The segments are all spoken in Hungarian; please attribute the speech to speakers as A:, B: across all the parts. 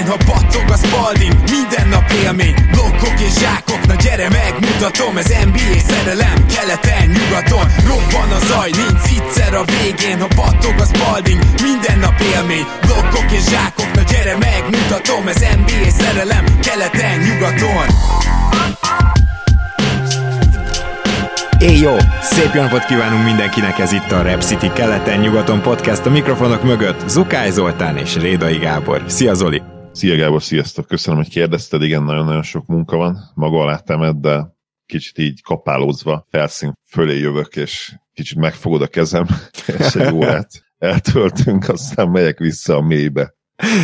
A: végén, ha battog a Spalding, minden nap élmény, blokkok és zsákok, na gyere megmutatom, ez NBA szerelem, keleten, nyugaton, robban a zaj, nincs egyszer a végén, ha battog a Spalding, minden nap élmény, blokkok és zsákok, na gyere megmutatom, ez NBA szerelem, keleten, nyugaton.
B: Jó! Szép jó napot kívánunk mindenkinek, ez itt a Rap City keleten-nyugaton podcast, a mikrofonok mögött Zukály Zoltán és Rédai Gábor. Szia Zoli!
C: Szia Gábor, sziasztok! Köszönöm, hogy kérdezted, igen, nagyon-nagyon sok munka van, maga alá temed, de kicsit így kapálózva felszín fölé jövök, és kicsit megfogod a kezem, és egy órát eltöltünk, aztán megyek vissza a mélybe.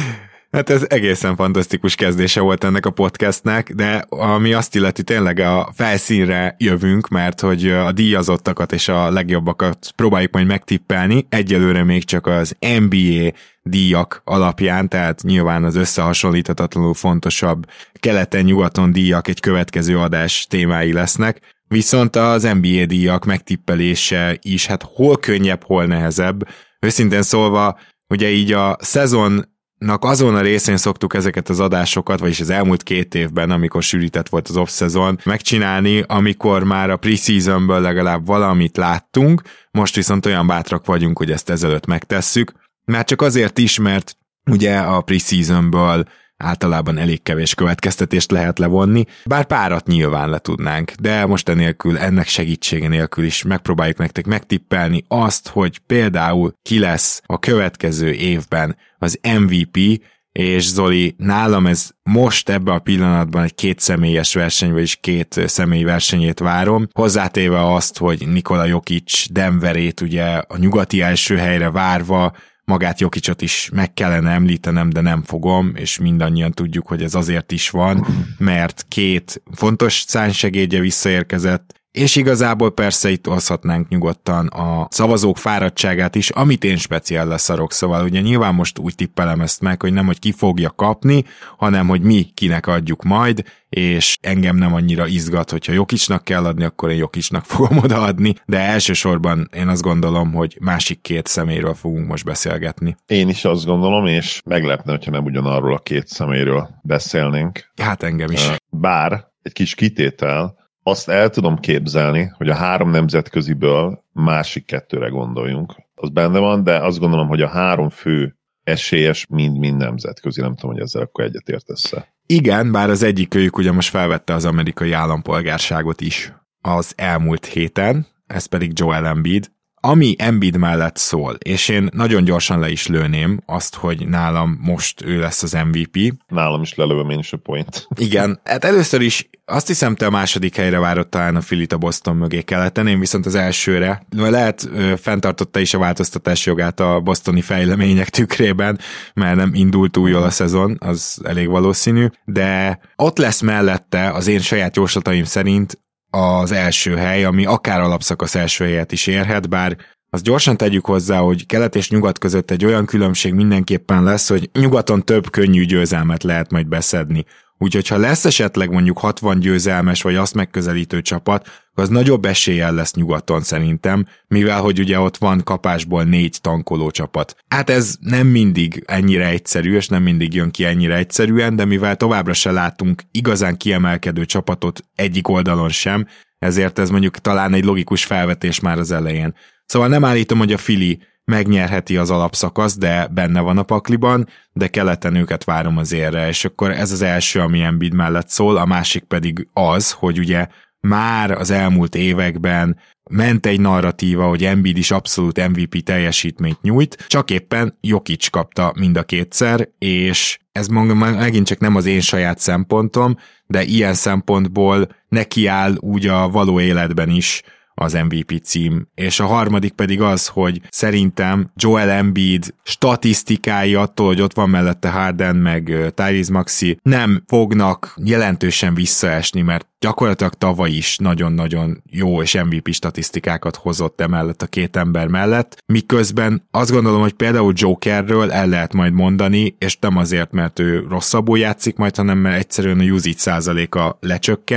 B: Hát ez egészen fantasztikus kezdése volt ennek a podcastnek, de ami azt illeti, tényleg a felszínre jövünk, mert hogy a díjazottakat és a legjobbakat próbáljuk majd megtippelni, egyelőre még csak az NBA díjak alapján, tehát nyilván az összehasonlíthatatlanul fontosabb keleten-nyugaton díjak egy következő adás témái lesznek, viszont az NBA díjak megtippelése is hát hol könnyebb, hol nehezebb. Őszintén szólva, ugye így a szezon azon a részén szoktuk ezeket az adásokat, vagyis az elmúlt 2 évben, amikor sűrített volt az off-szezon, megcsinálni, amikor már a pre-seasonből legalább valamit láttunk, most viszont olyan bátrak vagyunk, hogy ezt ezelőtt megtesszük, már csak azért is, mert ugye a pre-seasonből általában elég kevés következtetést lehet levonni, bár párat nyilván le tudnánk, de most ennek segítsége nélkül is megpróbáljuk nektek megtippelni azt, hogy például ki lesz a következő évben az MVP, és Zoli, nálam ez most ebben a pillanatban egy 2 személyes verseny, vagyis 2 személyi versenyét várom, hozzátéve azt, hogy Nikola Jokic Denverét ugye a nyugati első helyre várva, magát Jokicot is meg kellene említenem, de nem fogom, és mindannyian tudjuk, hogy ez azért is van, mert 2 fontos szárnysegédje visszaérkezett, és igazából persze itt hozhatnánk nyugodtan a szavazók fáradtságát is, amit én speciál leszarok, szóval ugye nyilván most úgy tippelem ezt meg, hogy nem, hogy ki fogja kapni, hanem, hogy mi kinek adjuk majd, és engem nem annyira izgat, hogyha Jokicnak kell adni, akkor én Jokicnak fogom odaadni, de elsősorban én azt gondolom, hogy másik 2 személyről fogunk most beszélgetni.
C: Én is azt gondolom, és meglepne, hogyha nem ugyanarról a 2 személyről beszélnénk.
B: Hát engem is.
C: Bár egy kis kitétel, azt el tudom képzelni, hogy a 3 nemzetköziből másik 2-re gondoljunk. Az benne van, de azt gondolom, hogy a 3 fő esélyes mind nemzetközi. Nem tudom, hogy ezzel akkor egyetértesz-e.
B: Igen, bár az egyikőjük ugye most felvette az amerikai állampolgárságot is az elmúlt héten, ez pedig Joel Embiid. Ami Embiid mellett szól, és én nagyon gyorsan le is lőném azt, hogy nálam most ő lesz az MVP.
C: Nálam is lelövöm én is a point.
B: Igen, hát először is azt hiszem, te a második helyre várod talán a Philit a Boston mögé keleten, én viszont az elsőre. Lehet fenntartotta is a változtatás jogát a bostoni fejlemények tükrében, mert nem indult túl jól a szezon, az elég valószínű, de ott lesz mellette az én saját jóslataim szerint az első hely, ami akár alapszakasz első helyet is érhet, bár azt gyorsan tegyük hozzá, hogy kelet és nyugat között egy olyan különbség mindenképpen lesz, hogy nyugaton több könnyű győzelmet lehet majd beszedni. Úgyhogy ha lesz esetleg mondjuk 60 győzelmes, vagy azt megközelítő csapat, az nagyobb eséllyel lesz nyugaton szerintem, mivel hogy ugye ott van kapásból 4 tankoló csapat. Hát ez nem mindig ennyire egyszerű, és nem mindig jön ki ennyire egyszerűen, de mivel továbbra se látunk igazán kiemelkedő csapatot egyik oldalon sem, ezért ez mondjuk talán egy logikus felvetés már az elején. Szóval nem állítom, hogy a Philly megnyerheti az alapszakasz, de benne van a pakliban, de keleten őket várom az érre, és akkor ez az első, ami Embiid mellett szól, a másik pedig az, hogy ugye már az elmúlt években ment egy narratíva, hogy Embiid is abszolút MVP teljesítményt nyújt, csak éppen Jokic kapta mind a 2-szer, és ez megint csak nem az én saját szempontom, de ilyen szempontból neki áll úgy a való életben is az MVP cím. És a harmadik pedig az, hogy szerintem Joel Embiid statisztikái attól, hogy ott van mellette Harden meg Tyrese Maxey, nem fognak jelentősen visszaesni, mert gyakorlatilag tavaly is nagyon-nagyon jó és MVP statisztikákat hozott emellett a 2 ember mellett, miközben azt gondolom, hogy például Jokerről el lehet majd mondani, és nem azért, mert ő rosszabbul játszik majd, hanem mert egyszerűen a usage százaléka lecsökken,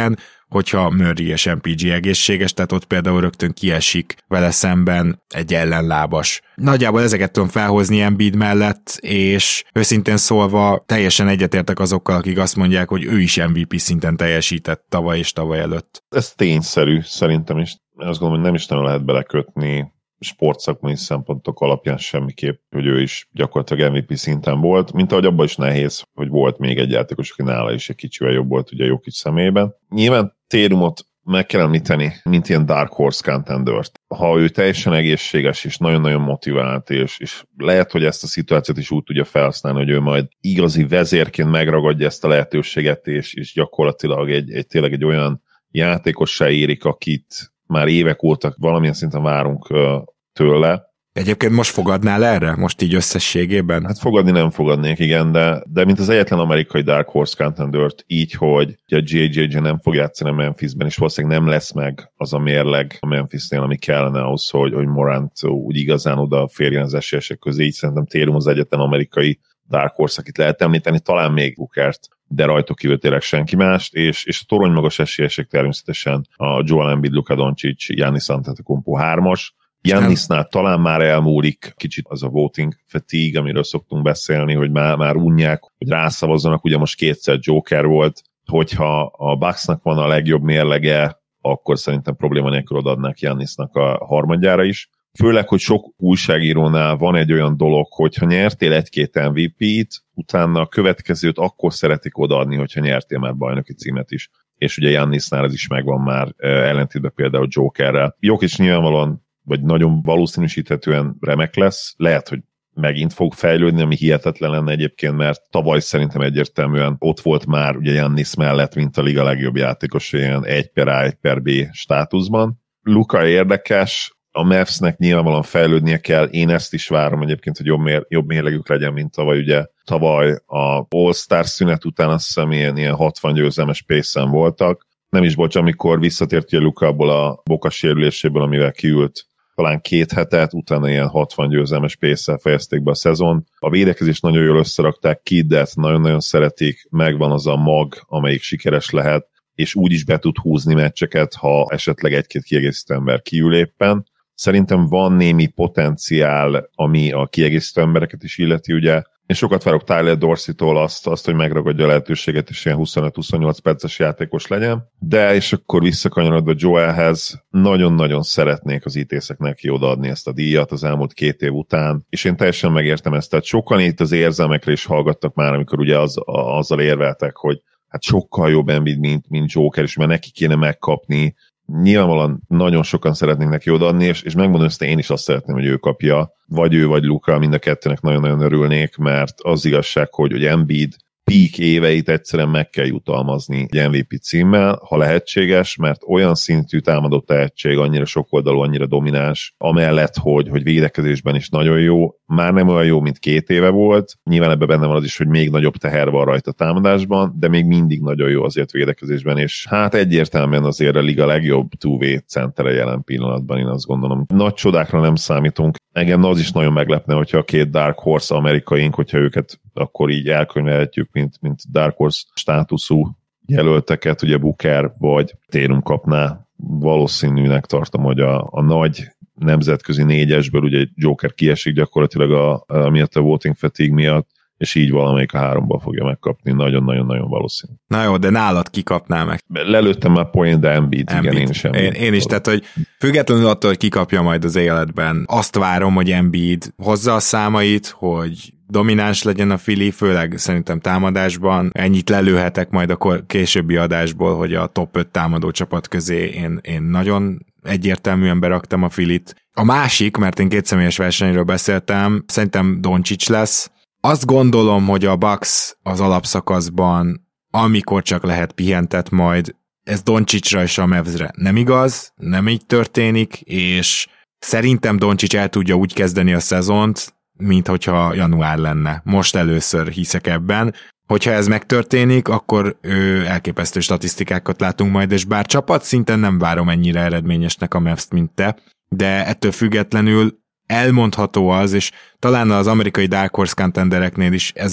B: hogyha Murray és MPG egészséges, tehát ott például rögtön kiesik vele szemben egy ellenlábas. Nagyjából ezeket tudom felhozni Embiid mellett, és őszintén szólva teljesen egyetértek azokkal, akik azt mondják, hogy ő is MVP szinten teljesített tavaly és tavaly előtt.
C: Ez tényszerű szerintem is. Azt gondolom, hogy nem is nagyon lehet belekötni sportszakmai szempontok alapján semmiképp, hogy ő is gyakorlatilag MVP szinten volt, mint ahogy abban is nehéz, hogy volt még egy játékos, aki nála is egy kicsivel jobb volt ugye Jokic személyében. Nyilván Tatumot meg kell említeni, mint ilyen Dark Horse contendert. Ha ő teljesen egészséges és nagyon-nagyon motivált, és lehet, hogy ezt a szituációt is úgy tudja felhasználni, hogy ő majd igazi vezérként megragadja ezt a lehetőséget, és gyakorlatilag tényleg egy olyan játékossá érik, akit már évek óta valamilyen szinten várunk tőle. Egyébként
B: most fogadnál erre? Most így összességében?
C: Hát fogadni nem fogadnék, igen, de mint az egyetlen amerikai Dark Horse contendert, így, hogy a JJJ nem fog játszani a Memphisben, és valószínűleg nem lesz meg az a mérleg a Memphisnél, ami kellene ahhoz, hogy Morant úgy igazán odaférjen az esélyesek közé. Így szerintem Tatum az egyetlen amerikai Dark Horse, akit lehet említeni, talán még Bookert, de rajtuk kívül tényleg senki mást, és a torony magas esélyesek természetesen a Joel Embiid, Luka Doncic, Giannis Antetokounmpo 3-as. Giannisnál talán már elmúlik kicsit az a voting fatigue, amiről szoktunk beszélni, hogy már unják, hogy rászavazzanak, ugye most kétszer Joker volt, hogyha a Bucksnak van a legjobb mérlege, akkor szerintem probléma nélkül odaadnák Giannisnak a harmadjára is. Főleg, hogy sok újságírónál van egy olyan dolog, hogyha nyertél egy-két MVP-t, utána a következőt akkor szeretik odaadni, hogyha nyertél már bajnoki címet is. És ugye Giannisnál ez is megvan már, ellentétben például Jokerrel. Jokic nyilvánvalóan, vagy nagyon valószínűsíthetően remek lesz. Lehet, hogy megint fog fejlődni, ami hihetetlen lenne egyébként, mert tavaly szerintem egyértelműen ott volt már ugye Giannis mellett, mint a liga legjobb játékos, ilyen 1/A, 1/B státuszban. Luka érdekes, a Mavsnek nyilvánvalóan fejlődnie kell, én ezt is várom egyébként, hogy jobb mérlegük legyen, mint tavaly. Ugye tavaly a All-Star szünet után azt hiszem ilyen 60 győzelmes pace-en voltak. Nem is bocs, amikor visszatért ugye Luka abból a bokas sérüléséből, amivel kiült talán 2 hetet, utána ilyen 60 győzelmes pace-szel fejezték be a szezon. A védekezést nagyon jól összerakták, Kiddet nagyon-nagyon szeretik, megvan az a mag, amelyik sikeres lehet, és úgy is be tud húzni meccseket, ha esetleg egy-két kiegészítő ember kiül éppen. Szerintem van némi potenciál, ami a kiegészítő embereket is illeti, ugye. Én sokat várok Tyler Dorsey-tól azt, hogy megragadja a lehetőséget, és ilyen 25-28 perces játékos legyen. De, és akkor visszakanyarodva Joelhez, nagyon-nagyon szeretnék az ítészek neki odaadni ezt a díjat az elmúlt 2 év után, és én teljesen megértem ezt. Tehát sokan itt az érzelmekre is hallgattak már, amikor ugye azzal érveltek, hogy hát sokkal jobb Embiid, mint Joker, és már neki kéne megkapni. Nyilvánvalóan nagyon sokan szeretnék neki odaadni, és megmondom, hogy én is azt szeretném, hogy ő kapja, vagy ő, vagy Luka, mind a kettőnek nagyon-nagyon örülnék, mert az igazság, hogy Embiid peak éveit egyszerűen meg kell jutalmazni egy MVP címmel, ha lehetséges, mert olyan szintű támadó tehetség, annyira sokoldalú, annyira domináns, amellett, hogy védekezésben is nagyon jó, már nem olyan jó, mint 2 éve volt, nyilván ebben benne van az is, hogy még nagyobb teher van rajta támadásban, de még mindig nagyon jó azért védekezésben, és hát egyértelműen azért a liga legjobb two-way centere jelen pillanatban, én azt gondolom. Nagy csodákra nem számítunk. Engem az is nagyon meglepne, hogyha a 2 Dark Horse amerikaink, hogyha őket akkor így elkönyvelhetjük, mint Dark Horse státuszú jelölteket, ugye Booker vagy Tatum kapná. Valószínűnek tartom, hogy a nagy nemzetközi 4-esből ugye Joker kiesik gyakorlatilag miatt a voting fatigue miatt, és így valamelyik a 3-ból fogja megkapni. Nagyon-nagyon-nagyon valószínű.
B: Na jó, de nálad kikapná meg?
C: Lelőttem már point, de Embiid. Igen,
B: én is, tehát hogy függetlenül attól, hogy kikapja majd az életben, azt várom, hogy Embiid hozza a számait, hogy domináns legyen a Philly, főleg szerintem támadásban. Ennyit lelőhetek majd a későbbi adásból, hogy a top 5 támadó csapat közé én nagyon egyértelműen beraktam a Phillyt. A másik, mert én 2 személyes versenyről beszéltem, szerintem Doncic lesz. Azt gondolom, hogy a Bucks az alapszakaszban, amikor csak lehet, pihentet majd, ez Doncicra és a Mavsre nem igaz, nem így történik, és szerintem Doncic el tudja úgy kezdeni a szezont, mint hogyha január lenne. Most először hiszek ebben. Hogyha ez megtörténik, akkor elképesztő statisztikákat látunk majd, és bár csapatszinten nem várom ennyire eredményesnek a Mavs-t, mint te, de ettől függetlenül elmondható az, és talán az amerikai Dark Horse contendereknél is ezért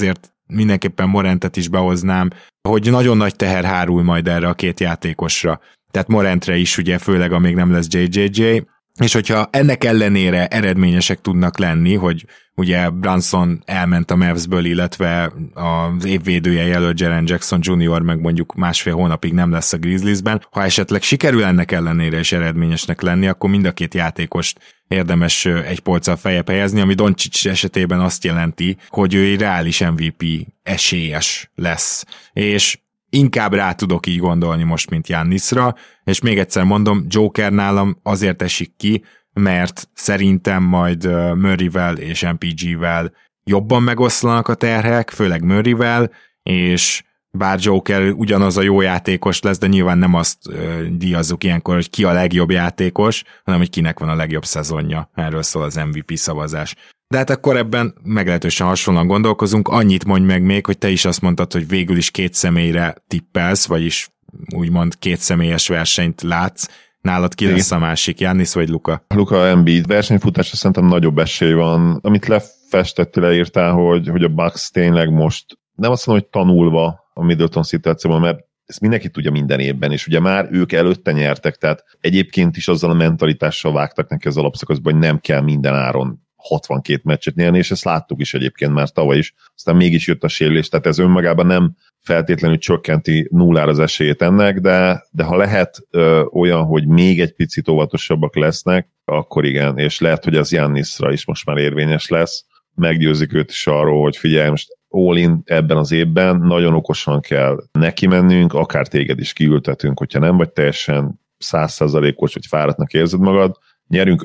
B: mindenképpen Morantet is behoznám, hogy nagyon nagy teher hárul majd erre a két játékosra. Tehát Morantre is ugye, főleg amíg nem lesz JJJ, és hogyha ennek ellenére eredményesek tudnak lenni, hogy ugye Brunson elment a Mavsből, illetve az évvédője jelölt Jaren Jackson Jr. meg mondjuk másfél hónapig nem lesz a Grizzliesben, ha esetleg sikerül ennek ellenére is eredményesnek lenni, akkor mind a két játékost érdemes egy polccal feljebb helyezni, ami Doncic esetében azt jelenti, hogy ő egy reális MVP esélyes lesz. És inkább rá tudok így gondolni most, mint Giannisra, és még egyszer mondom, Joker nálam azért esik ki, mert szerintem majd Murrayvel és MPG-vel jobban megoszlanak a terhek, főleg Murrayvel, és bár Joker ugyanaz a jó játékos lesz, de nyilván nem azt díjazzuk ilyenkor, hogy ki a legjobb játékos, hanem hogy kinek van a legjobb szezonja. Erről szól az MVP szavazás. De hát akkor ebben meglehetősen hasonlóan gondolkozunk. Annyit mondj meg még, hogy te is azt mondtad, hogy végül is két személyre tippelsz, vagyis úgymond két személyes versenyt látsz. Nálad ki lesz a másik, Giannis vagy Luka?
C: Luka Embiid versenyfutásra szerintem nagyobb esély van. Amit lefestettél, leírtál, hogy a Bucks tényleg most nem azt mondom, hogy tanulva a Middleton szituációban, mert ezt mindenki tudja minden évben, és ugye már ők előtte nyertek, tehát egyébként is azzal a mentalitással vágtak neki az alapszakaszban, hogy nem kell minden áron 62 meccset nyerni, és ezt láttuk is egyébként már tavaly is, aztán mégis jött a sérülés, tehát ez önmagában nem feltétlenül csökkenti nullára az esélyét ennek, de ha lehet olyan, hogy még egy picit óvatosabbak lesznek, akkor igen, és lehet, hogy az Giannisra is most már érvényes lesz, meggyőzik őt is arról, hogy figyelj, most all-in ebben az évben, nagyon okosan kell neki mennünk, akár téged is kiültetünk, hogyha nem vagy teljesen 100%-os, vagy fáradtnak érzed magad, nyerünk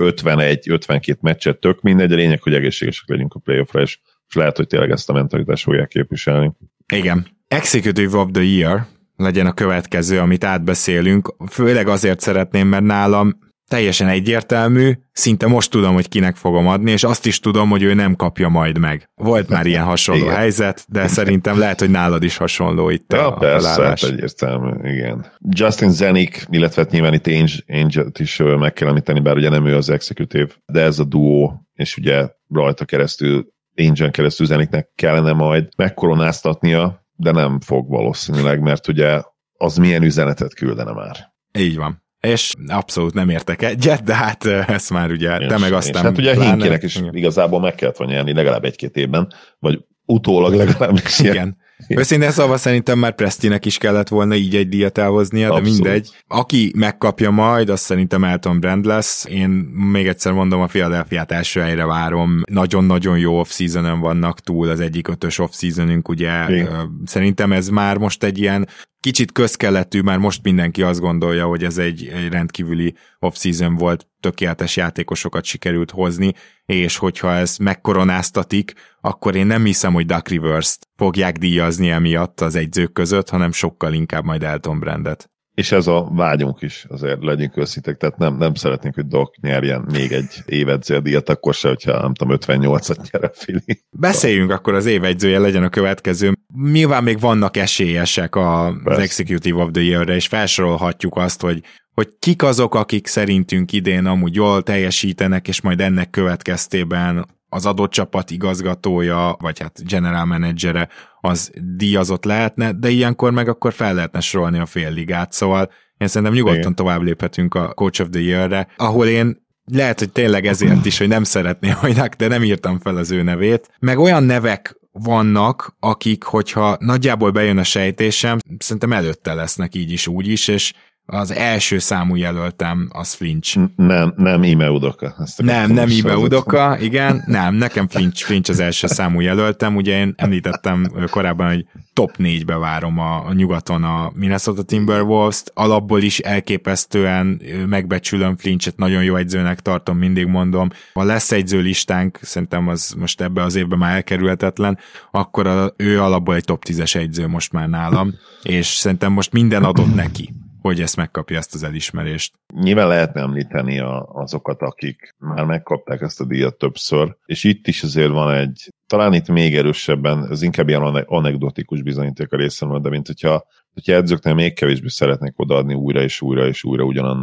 C: 51-52 meccset, tök mindegy, a lényeg, hogy egészségesek legyünk a playoffra, és lehet, hogy tényleg ezt a mentalitást fogják képviselni.
B: Igen. Executive of the Year legyen a következő, amit átbeszélünk. Főleg azért szeretném, mert nálam teljesen egyértelmű, szinte most tudom, hogy kinek fogom adni, és azt is tudom, hogy ő nem kapja majd meg. Volt már ilyen hasonló helyzet, de szerintem lehet, hogy nálad is hasonló itt a
C: persze, egyértelmű, igen. Justin Zanik, illetve nyilván itt Ainge-t is meg kell említeni, bár ugye nem ő az executive, de ez a duó, és ugye rajta keresztül, Ainge-en keresztül Zaniknek kellene majd megkoronáztatnia, de nem fog valószínűleg, mert ugye az milyen üzenetet küldene már.
B: Így van. És abszolút nem értek egyet, de hát ezt már ugye te meg aztán...
C: És hát ugye Hinkinek is igazából meg kellett volna nyerni legalább egy-két évben, vagy utólag legalábbis.
B: Igen. Őszintén szóval szerintem már Prestinek is kellett volna így egy díjat elhoznia, de abszolút. Mindegy. Aki megkapja majd, az szerintem Elton Brand lesz. Én még egyszer mondom, a Philadelphiát első helyre várom. Nagyon-nagyon jó off-seasonon vannak túl, az egyik 5-ös off-seasonünk, ugye. Igen. Szerintem ez már most egy ilyen kicsit közkeletű, már most mindenki azt gondolja, hogy ez egy rendkívüli off-season volt, tökéletes játékosokat sikerült hozni, és hogyha ez megkoronáztatik, akkor én nem hiszem, hogy Doc Rivers-t fogják díjazni emiatt az egyzők között, hanem sokkal inkább majd Elton Brandet.
C: És ez a vágyunk is, azért legyünk őszinték, tehát nem szeretnénk, hogy Doc nyerjen még egy évedződíjat, akkor se, hogyha nem tudom, 58-at nyer a Philly.
B: Beszéljünk akkor az évegyzője, legyen a következő. Nyilván még vannak esélyesek az Executive of the Year-re, és felsorolhatjuk azt, hogy kik azok, akik szerintünk idén amúgy jól teljesítenek, és majd ennek következtében az adott csapat igazgatója, vagy hát general managere az díjazott lehetne, de ilyenkor meg akkor fel lehetne sorolni a fél ligát, szóval én szerintem nyugodtan tovább léphetünk a Coach of the Year-re, ahol én lehet, hogy tényleg ezért is, hogy nem szeretném, de nem írtam fel az ő nevét, meg olyan nevek vannak, akik, hogyha nagyjából bejön a sejtésem, szerintem előtte lesznek így is, úgy is, és az első számú jelöltem az Flinch.
C: Nem Ime Udoka.
B: Nem Ime Udoka, igen. Nem, nekem Flinch az első számú jelöltem. Ugye én említettem korábban, hogy top 4-be várom a nyugaton a Minnesota Timberwolves-t. Alapból is elképesztően megbecsülöm Flinchet, nagyon jó egyzőnek tartom, mindig mondom. Ha lesz egyző listánk, szerintem az most ebbe az évben már elkerülhetetlen, akkor ő alapból egy top 10-es egyző most már nálam, és szerintem most minden adott neki, hogy ezt megkapja, ezt az elismerést.
C: Nyilván lehetne említeni azokat, akik már megkapták ezt a díjat többször, és itt is azért van egy, talán itt még erősebben, ez inkább ilyen anekdotikus bizonyíték a részemről, de mint hogyha edzőknél még kevésbé szeretnék odaadni újra és újra és újra ugyanannak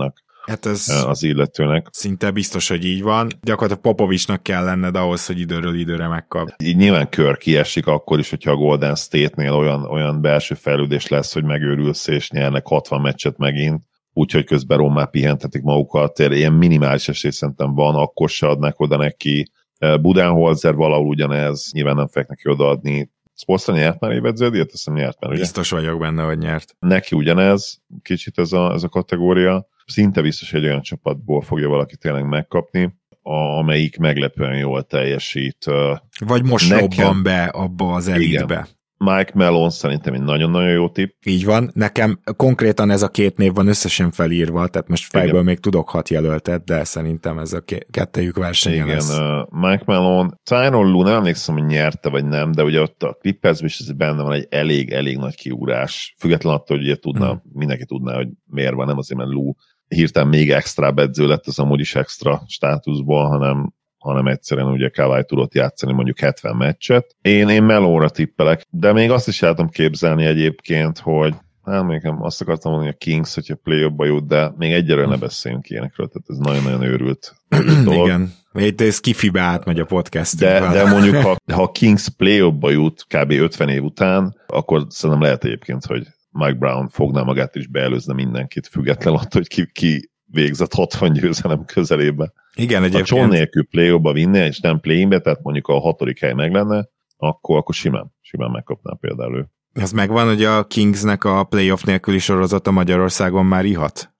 B: Hát ez
C: az illetőnek.
B: Szinte biztos, hogy így van. Gyakorlatilag Popovicsnak kell lenned ahhoz, hogy időről időre megkap.
C: Így nyilván kör kiesik akkor is, hogyha a Golden State-nél olyan belső fejlődés lesz, hogy megőrülsz és nyernek 60 meccset megint, úgyhogy közben rommá pihentetik magukat. Ilyen minimális esély szerintem van, akkor se adnak oda neki. Budenholzer valahol ugyanez, nyilván nem fogják neki odaadni. Sportsra nyert már évedződíjat? Azt hiszem nyert már, ugye?
B: Biztos vagyok benne, hogy nyert.
C: Neki ugyanez, kicsit ez a kategória. Szinte biztos, hogy egy olyan csapatból fogja valaki tényleg megkapni, amelyik meglepően jól teljesít.
B: Vagy most robban be abba az elitbe.
C: Mike Malone szerintem egy nagyon-nagyon jó tipp.
B: Így van. Nekem konkrétan ez a két név van összesen felírva, tehát most fejből még tudok 6 jelöltet, de szerintem ez a kettejük versenye lesz.
C: Igen, Mike Malone. Tyronn Lue, nem emlékszem, hogy nyerte vagy nem, de ugye ott a Clippersben is benne van egy elég nagy kiugrás. Független attól, hogy ugye mindenki tudná, hogy miért van, nem azért, mert Lue hirtelen még extra edző lett az amúgy is extra státuszból, hanem egyszerűen ugye Kawhi tudott játszani mondjuk 70 meccset. Én Melóra tippelek, de még azt is el tudom képzelni egyébként, hogy még nem azt akartam mondani, hogy a Kings, hogyha play-offba jut, de még egyelőre ne beszéljünk ilyenekről, tehát ez nagyon-nagyon őrült dolog.
B: Igen, itt ez kifibe átmegy a podcast.
C: De mondjuk, ha a Kings play-offba jut kb. 50 év után, akkor szerintem lehet egyébként, hogy Mike Brown fogná magát is beelőzne mindenkit, független attól, hogy ki végzett 60 győzelem közelébe.
B: Igen, egyébként.
C: Ha John nélkül play-offba vinni, és nem play-inbe, tehát mondjuk a 6. hely meg lenne, akkor simán megkapná például ő.
B: Ez megvan, hogy a Kingsnek a playoff nélküli sorozata Magyarországon már ihat?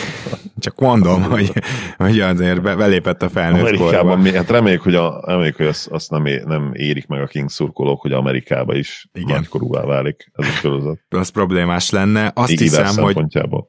B: Csak mondom, hogy azért belépett a felnőtt
C: Amerikában korban. Hát reméljük, hogy azt nem érik meg a Kings szurkolók, hogy Amerikába is nagykorúvá válik ez a sorozat.
B: Az problémás lenne. Azt hiszem, hogy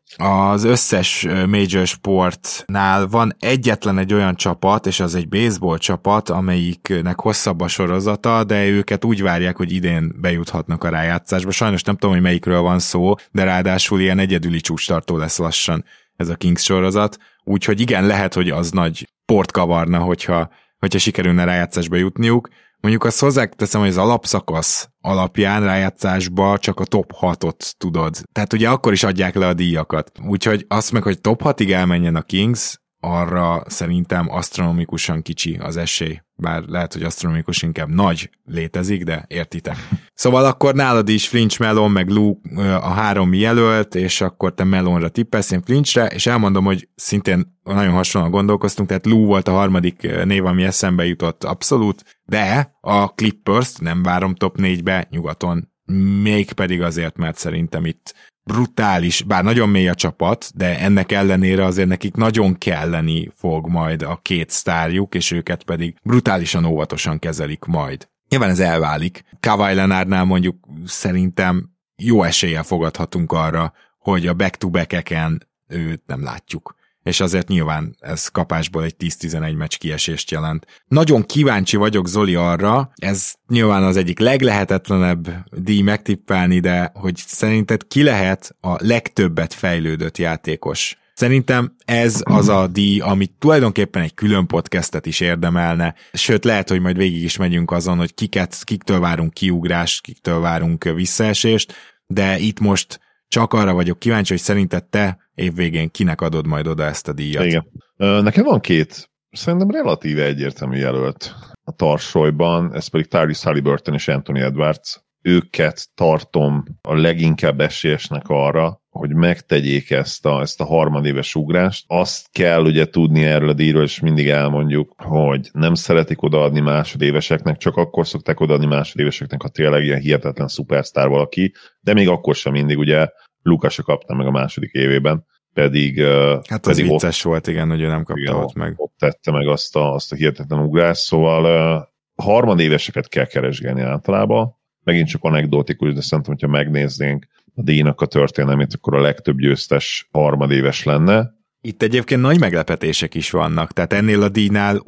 B: az összes major sportnál van egyetlen egy olyan csapat, és az egy baseball csapat, amelyiknek hosszabb a sorozata, de őket úgy várják, hogy idén bejuthatnak a rájátszásba. Sajnos nem tudom, hogy melyikről van szó, de ráadásul ilyen egyedüli csúcstartó lesz lassan ez a Kings sorozat, úgyhogy igen, lehet, hogy az nagy port kavarna, hogyha sikerülne rájátszásba jutniuk. Mondjuk azt hozzáteszem, hogy az alapszakasz alapján rájátszásba csak a top 6-ot tudod. Tehát ugye akkor is adják le a díjakat. Úgyhogy azt meg, hogy top 6-ig elmenjen a Kings, arra szerintem asztronomikusan kicsi az esély. Bár lehet, hogy asztronomikus inkább nagy létezik, de értitek. Szóval akkor nálad is Flinch, Malone, meg Lue a 3 jelölt, és akkor te Malone-ra tippelsz, én Flinchre, és elmondom, hogy szintén nagyon hasonlóan gondolkoztunk, tehát Lue volt a harmadik név, ami eszembe jutott abszolút, de a Clippers-t nem várom top 4-be nyugaton, mégpedig azért, mert szerintem itt brutális, bár nagyon mély a csapat, de ennek ellenére azért nekik nagyon kelleni fog majd a két sztárjuk, és őket pedig brutálisan óvatosan kezelik majd. Nyilván ez elválik. Kawhi Leonardnál mondjuk szerintem jó eséllyel fogadhatunk arra, hogy a back-to-back-eken őt nem látjuk. És azért nyilván ez kapásból egy 10-11 meccs kiesést jelent. Nagyon kíváncsi vagyok, Zoli, arra, ez nyilván az egyik leglehetetlenebb díj megtippelni, de hogy szerinted ki lehet a legtöbbet fejlődött játékos? Szerintem ez az a díj, amit tulajdonképpen egy külön podcastet is érdemelne, sőt lehet, hogy majd végig is megyünk azon, hogy kiktől várunk kiugrást, kiktől várunk visszaesést, de itt most csak arra vagyok kíváncsi, hogy szerinted te évvégén kinek adod majd oda ezt a díjat.
C: Igen. Nekem van 2, szerintem relatíve egyértelmű jelölt a tarsolyban, ez pedig Tyrese Haliburton és Anthony Edwards. Őket tartom a leginkább esélyesnek arra, hogy megtegyék ezt a harmadéves ugrást. Azt kell ugye tudni erről a díjról, és mindig elmondjuk, hogy nem szeretik odaadni másodéveseknek, csak akkor szokták odaadni másodéveseknek, ha tényleg ilyen hihetetlen szupersztár valaki, de még akkor sem mindig, ugye Luka se kapta meg a második évében, pedig...
B: Hát az pedig vicces volt, igen, hogy ő nem kapta ott meg.
C: Ott tette meg azt a hihetetlen ugrást, szóval harmadéveseket kell keresgélni általában, megint csak anekdotikus, de szerintem, hogyha megnéznénk a díjnak a történelmét, akkor a legtöbb győztes harmadéves lenne.
B: Itt egyébként nagy meglepetések is vannak, tehát ennél a díjnál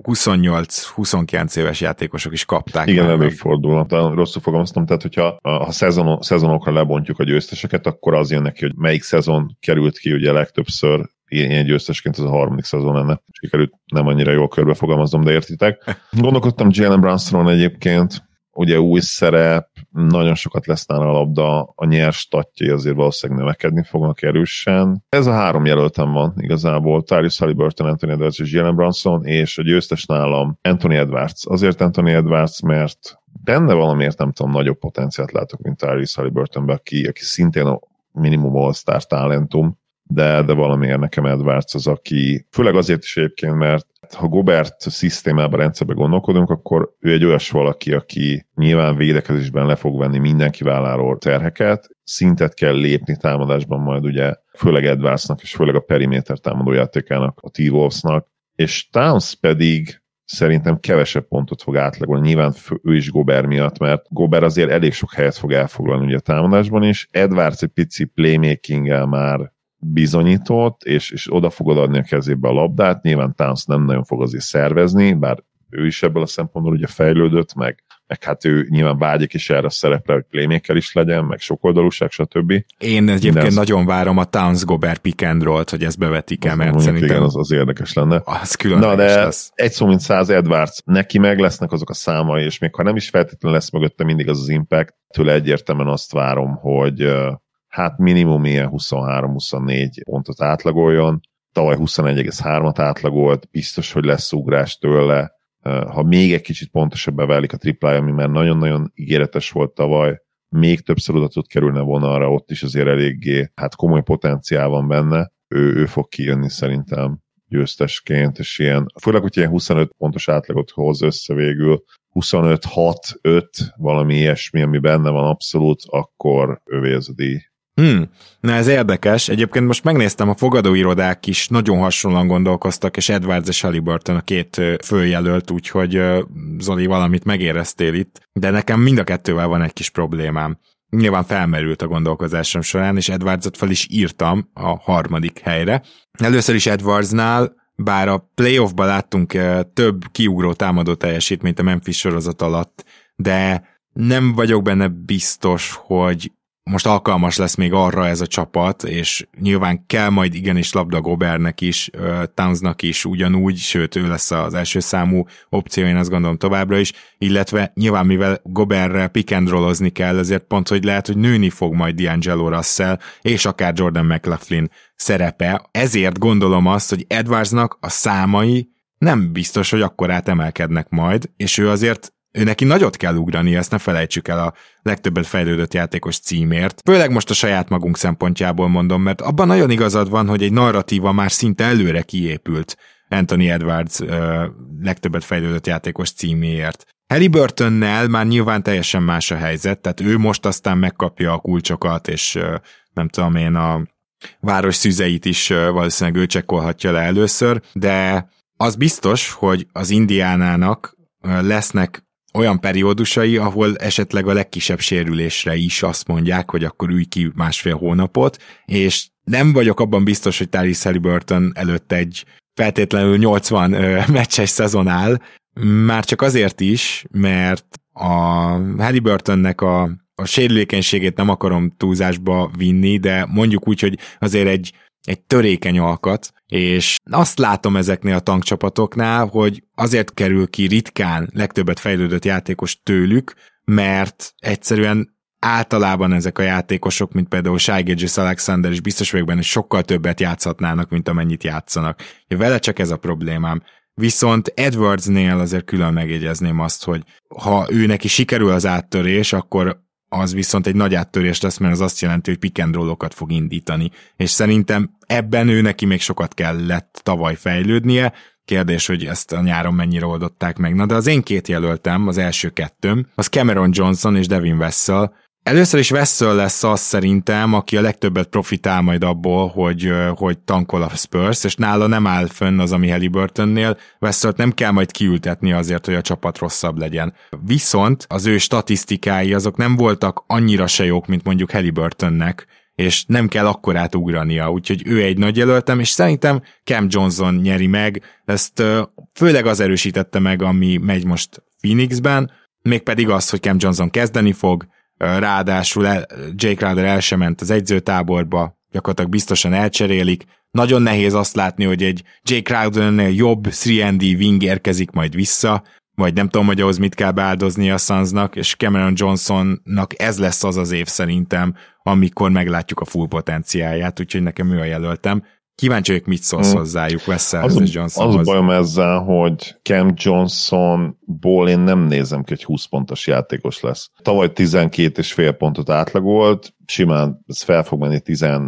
B: 28-29 éves játékosok is kapták.
C: Igen, előfordul. Rosszul fogalmaztam, tehát hogyha szezonokra lebontjuk a győzteseket, akkor az jön neki, hogy melyik szezon került ki ugye legtöbbször ilyen győztesként, az a harmadik szezon lenne. Sikerült nem annyira jól körbefogalmazom, de értitek. Gondolkodtam Jalen Brunsonon egyébként, ugye új szerep, nagyon sokat lesz nála a labda, a nyers statjai azért valószínűleg növekedni fognak erősen. Ez a 3 jelöltem van igazából, Tyrese Haliburton, Anthony Edwards és Jalen Brunson, és a győztes nálam Anthony Edwards. Azért Anthony Edwards, mert benne valamiért nem tudom, nagyobb potenciált látok, mint Tyrese Haliburtonben, aki szintén a minimum all-star talentum, de valamiért nekem Edwards az, aki, főleg azért is egyébként, mert ha Gobert szisztémában, rendszerben gondolkodunk, akkor ő egy olyas valaki, aki nyilván védekezésben le fog venni mindenki válláról terheket, szintet kell lépni támadásban majd ugye, főleg Edwardsnak és főleg a periméter támadójátékának, a T-Wolvesnak, és Towns pedig szerintem kevesebb pontot fog átlagolni, nyilván ő is Gobert miatt, mert Gobert azért elég sok helyet fog elfoglalni ugye a támadásban is, Edwards egy pici playmaking-el már bizonyított, és oda fogod adni a kezébe a labdát, nyilván Towns nem nagyon fog azért szervezni, bár ő is ebből a szempontból ugye fejlődött, meg hát ő nyilván vágyik is erre a szerepre, hogy playmaker is legyen, meg sokoldalúság, stb.
B: Én egyébként nagyon várom a Towns-Gobert pick and roll-t, hogy ezt bevetik-e, mert szerintem
C: igen, az érdekes lenne.
B: Az különleges lesz.
C: Egy szó mint 100 Edwards, neki meg lesznek azok a számai, és még ha nem is feltétlenül lesz mögötte mindig az impact, tőle egyértelműen azt várom, hogy hát minimum ilyen 23-24 pontot átlagoljon, tavaly 21,3-at átlagolt, biztos, hogy lesz ugrás tőle, ha még egy kicsit pontosabbá válik a triplája, ami már nagyon-nagyon ígéretes volt tavaly, még többször oda tud kerülni a vonalra, ott is azért eléggé, hát komoly potenciál van benne, ő fog kijönni szerintem győztesként, és ilyen, főleg, hogy ilyen 25 pontos átlagot hoz össze végül, 25-6-5, valami ilyesmi, ami benne van abszolút, akkor övé ez a díj.
B: Na ez érdekes. Egyébként most megnéztem, a fogadóirodák is nagyon hasonlóan gondolkoztak, és Edwards és Haliburton a 2 följelölt, úgyhogy Zoli, valamit megéreztél itt, de nekem mind a 2-vel van egy kis problémám. Nyilván felmerült a gondolkozásom során, és Edwardsot fel is írtam a 3. helyre. Először is Edwardsnál, bár a playoffban láttunk több kiugró támadó teljesítményt a Memphis sorozat alatt, de nem vagyok benne biztos, hogy most alkalmas lesz még arra ez a csapat, és nyilván kell majd igenis labda Gobertnek is, Townsnak is ugyanúgy, sőt ő lesz az első számú opció, én azt gondolom továbbra is, illetve nyilván mivel Gobertre pick and rollozni kell, ezért pont, hogy lehet, hogy nőni fog majd D'Angelo Russell, és akár Jordan McLaughlin szerepe. Ezért gondolom azt, hogy Edwardsnak a számai nem biztos, hogy akkorát emelkednek majd, és ő neki nagyot kell ugrani, ezt ne felejtsük el a legtöbbet fejlődött játékos címért. Főleg most a saját magunk szempontjából mondom, mert abban nagyon igazad van, hogy egy narratíva már szinte előre kiépült Anthony Edwards legtöbbet fejlődött játékos címéért. Haliburtonnel már nyilván teljesen más a helyzet, tehát ő most aztán megkapja a kulcsokat, és nem tudom én, a város szüzeit is valószínűleg ő csekkolhatja le először, de az biztos, hogy az Indiánának lesznek olyan periódusai, ahol esetleg a legkisebb sérülésre is azt mondják, hogy akkor ülj ki 1,5 hónapot, és nem vagyok abban biztos, hogy Tyrese Haliburton előtt egy feltétlenül 80 meccses szezon áll, már csak azért is, mert a Haliburtonnek a sérülékenységét nem akarom túlzásba vinni, de mondjuk úgy, hogy azért egy törékeny alkat, és azt látom ezeknél a tankcsapatoknál, hogy azért kerül ki ritkán legtöbbet fejlődött játékos tőlük, mert egyszerűen általában ezek a játékosok, mint például Shai Gilgeous-Alexander is biztos vagyok benne, hogy sokkal többet játszhatnának, mint amennyit játszanak. Vele csak ez a problémám. Viszont Edwardsnél azért külön megjegyezném azt, hogy ha ő neki sikerül az áttörés, akkor az viszont egy nagy áttörés lesz, mert az azt jelenti, hogy pick and roll-okat fog indítani. És szerintem ebben ő neki még sokat kellett tavaly fejlődnie. Kérdés, hogy ezt a nyáron mennyire oldották meg. Na de az én 2 jelöltem, az első 2, az Cameron Johnson és Devin Vassell. Először is Vassell lesz az szerintem, aki a legtöbbet profitál majd abból, hogy tankol a Spurs, és nála nem áll fönn az, ami Haliburtonnél. Vassellt nem kell majd kiültetni azért, hogy a csapat rosszabb legyen. Viszont az ő statisztikái azok nem voltak annyira se jók, mint mondjuk Haliburtonnek, és nem kell akkorát ugrania, úgyhogy ő egy nagy jelöltem, és szerintem Cam Johnson nyeri meg, ezt főleg az erősítette meg, ami megy most Phoenixben, mégpedig az, hogy Cam Johnson kezdeni fog, ráadásul Jay Crowder el sem ment az edzőtáborba, gyakorlatilag biztosan elcserélik. Nagyon nehéz azt látni, hogy egy Jay Crowdernél jobb 3&D wing érkezik majd vissza, vagy nem tudom, hogy ahhoz mit kell beáldozni a Sunsnak, és Cameron Johnsonnak ez lesz az év szerintem, amikor meglátjuk a full potenciáját, úgyhogy nekem ő a jelöltem. Kíváncsi vagyok, mit szólsz hozzájuk, Wessels és Johnsonhoz.
C: Az bajom ezzel, hogy Cam Johnsonból én nem nézem ki, hogy 20 pontos játékos lesz. Tavaly 12,5 pontot átlagolt, simán ez fel fog menni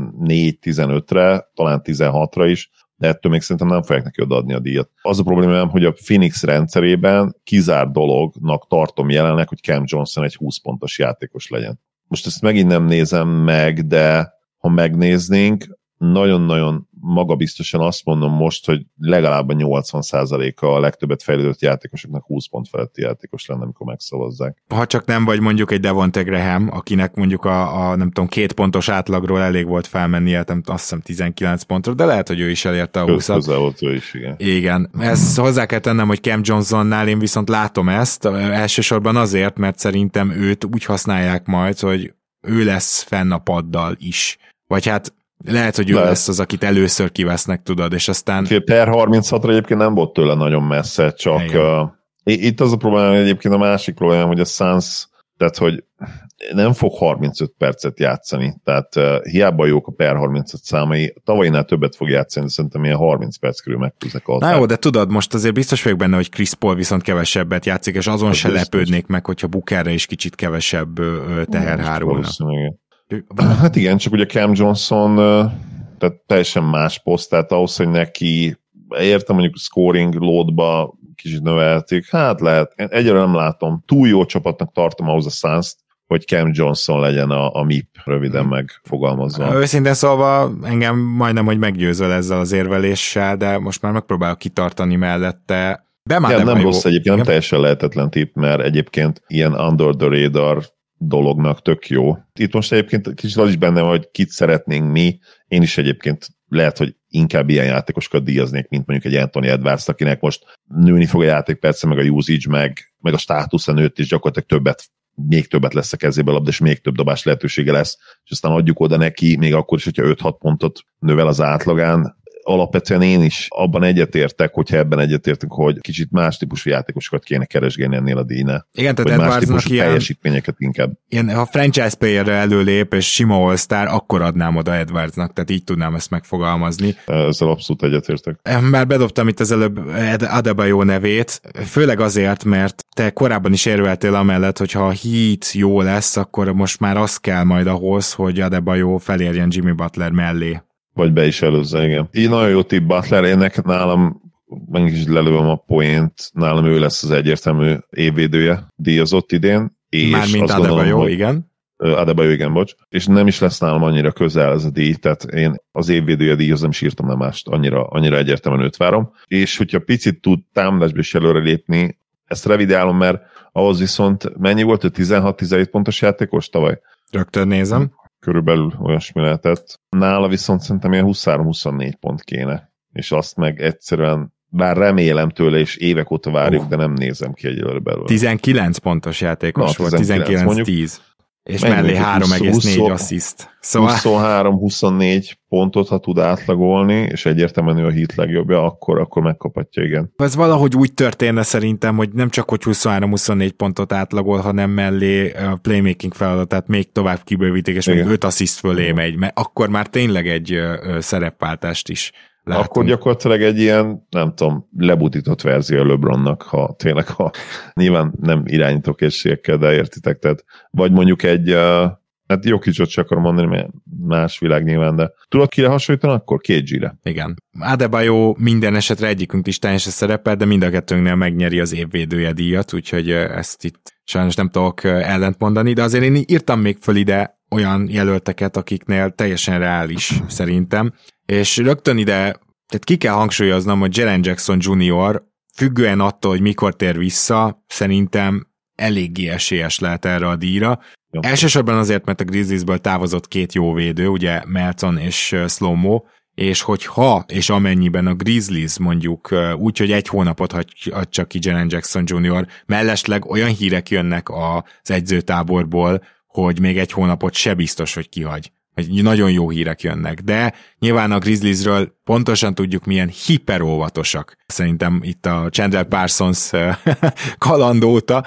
C: 14-15-re, talán 16-ra is, de ettől még szerintem nem fogják neki odaadni a díjat. Az a problémám, hogy a Phoenix rendszerében kizárt dolognak tartom jelenleg, hogy Cam Johnson egy 20 pontos játékos legyen. Most ezt megint nem nézem meg, de ha megnéznénk, nagyon-nagyon magabiztosan azt mondom most, hogy legalább a 80%-a a legtöbbet fejlődött játékosoknak 20 pont feletti játékos lenne, amikor megszavazzák.
B: Ha csak nem vagy mondjuk egy Devonte Graham, akinek mondjuk a nem tudom, 2 pontos átlagról elég volt felmennie, azt hiszem 19 pontra, de lehet, hogy ő is elérte a 20-at.
C: Közel volt ő is, igen.
B: Igen. Ezt hozzá kell tennem, hogy Cam Johnsonnál én viszont látom ezt, elsősorban azért, mert szerintem őt úgy használják majd, hogy ő lesz fenn a paddal is. Vagy hát lehet, hogy ő lesz az, akit először kivesznek, tudod, és aztán...
C: Per 36-ra egyébként nem volt tőle nagyon messze, csak itt az a probléma, egyébként a másik probléma, hogy a Suns, tehát, hogy nem fog 35 percet játszani, tehát hiába jók a per 35 számai, tavainál többet fog játszani, de szerintem ilyen 30 perc körül megfűznek a...
B: Na jó, de tudod, most azért biztos vagyok benne, hogy Chris Paul viszont kevesebbet játszik, és azon se lepődnék meg, hogyha Bookerre is kicsit kevesebb teher hárulna.
C: Hát igen, csak ugye Cam Johnson tehát teljesen más poszt, tehát ahhoz, hogy neki értem mondjuk scoring loadba kicsit növelték, hát lehet, egyre nem látom, túl jó csapatnak tartom ahhoz a Suns-t, hogy Cam Johnson legyen a MIP, röviden megfogalmazva.
B: Őszintén szólva engem majdnem, hogy meggyőzöl ezzel az érveléssel, de most már megpróbálok kitartani mellette.
C: Nem rossz egyébként, nem teljesen lehetetlen tipp, mert egyébként ilyen under the radar dolognak tök jó. Itt most egyébként kicsit az is benne, hogy kit szeretnénk mi. Én is egyébként lehet, hogy inkább ilyen játékosokat díjaznék, mint mondjuk egy Anthony Edwards, akinek most nőni fog a játékperce, meg a usage, meg a státusza nőtt, és gyakorlatilag még többet lesz a kezébe a labda, és még több dobás lehetősége lesz, és aztán adjuk oda neki, még akkor is, hogyha 5-6 pontot növel az átlagán. Alapvetően én is abban egyetértek, hogyha ebben egyetértünk, hogy kicsit más típusú játékosokat kéne keresgélni ennél a díjnál.
B: Igen, tehát
C: más típusú teljesítményeket inkább.
B: Ha franchise playerre előlép, és sima all-star, akkor adnám oda Edwardsnak, tehát így tudnám ezt megfogalmazni.
C: Ezzel abszolút egyetértek.
B: Már bedobtam itt az előbb Adebayo nevét, főleg azért, mert te korábban is érveltél amellett, hogy ha a Heat jó lesz, akkor most már az kell majd ahhoz, hogy Adebayo felérjen Jimmy Butler mellé.
C: Vagy be is előzze, igen. Így nagyon jó tipp Butler, nálam meg is lelőm a poént, nálam ő lesz az egyértelmű évvédője, díjazott idén.
B: Mármint Adebayo, igen.
C: Adebayo, igen, bocs. És nem is lesz nálam annyira közel ez a díj, tehát én az évvédője díjhoz nem is írtam le mást, annyira egyértelműen őt várom. És hogyha picit tud támadásba is előre lépni, ezt revidálom, mert ahhoz viszont mennyi volt, hogy 16-17 pontos játékos tavaly?
B: Rögtön nézem.
C: Körülbelül olyasmi lehetett. Nála viszont szerintem ilyen 23-24 pont kéne. És azt meg egyszerűen, bár remélem tőle, és évek óta várjuk, de nem nézem ki egyelőre belőle.
B: 19 pontos játékos volt, 19-10. És mellé 3,4 assziszt.
C: Szóval... 23-24 pontot, ha tud átlagolni, és egyértelműen ő a Heat legjobbja, akkor megkaphatja, igen.
B: Ez valahogy úgy történne szerintem, hogy nem csak, hogy 23-24 pontot átlagol, hanem mellé a playmaking feladatát még tovább kibővítik, és még 5 assziszt fölé megy, mert akkor már tényleg egy szerepváltást is látunk.
C: Akkor gyakorlatilag egy ilyen, nem tudom, lebutított verzió LeBronnak, ha tényleg, nyilván nem irányítókészségekkel, de értitek, tehát vagy mondjuk egy, hát Jokićot sem akarom mondani, mert más világ nyilván, de tudod kire hasonlítani akkor? KG-re.
B: Igen. Adebayo minden esetre egyikünk listáján se szerepel, de mind a kettőnknél megnyeri az évvédője díjat, úgyhogy ezt itt sajnos nem tudok ellent mondani, de azért én írtam még föl ide olyan jelölteket, akiknél teljesen reális szerintem, és rögtön ide, tehát ki kell hangsúlyoznom, hogy Jaren Jackson Jr. függően attól, hogy mikor tér vissza, szerintem eléggé esélyes lehet erre a díjra. Jó. Elsősorban azért, mert a Grizzliesből távozott 2 jó védő, ugye Melton és Slow-Mo, és hogyha és amennyiben a Grizzlies mondjuk úgy, hogy 1 hónapot hagy csak ki Jaren Jackson Jr., mellesleg olyan hírek jönnek az edzőtáborból, hogy még 1 hónapot se biztos, hogy kihagy. hogy nagyon jó hírek jönnek, de nyilván a Grizzliesről pontosan tudjuk, milyen hiperóvatosak. Szerintem itt a Chandler Parsons kalandóta,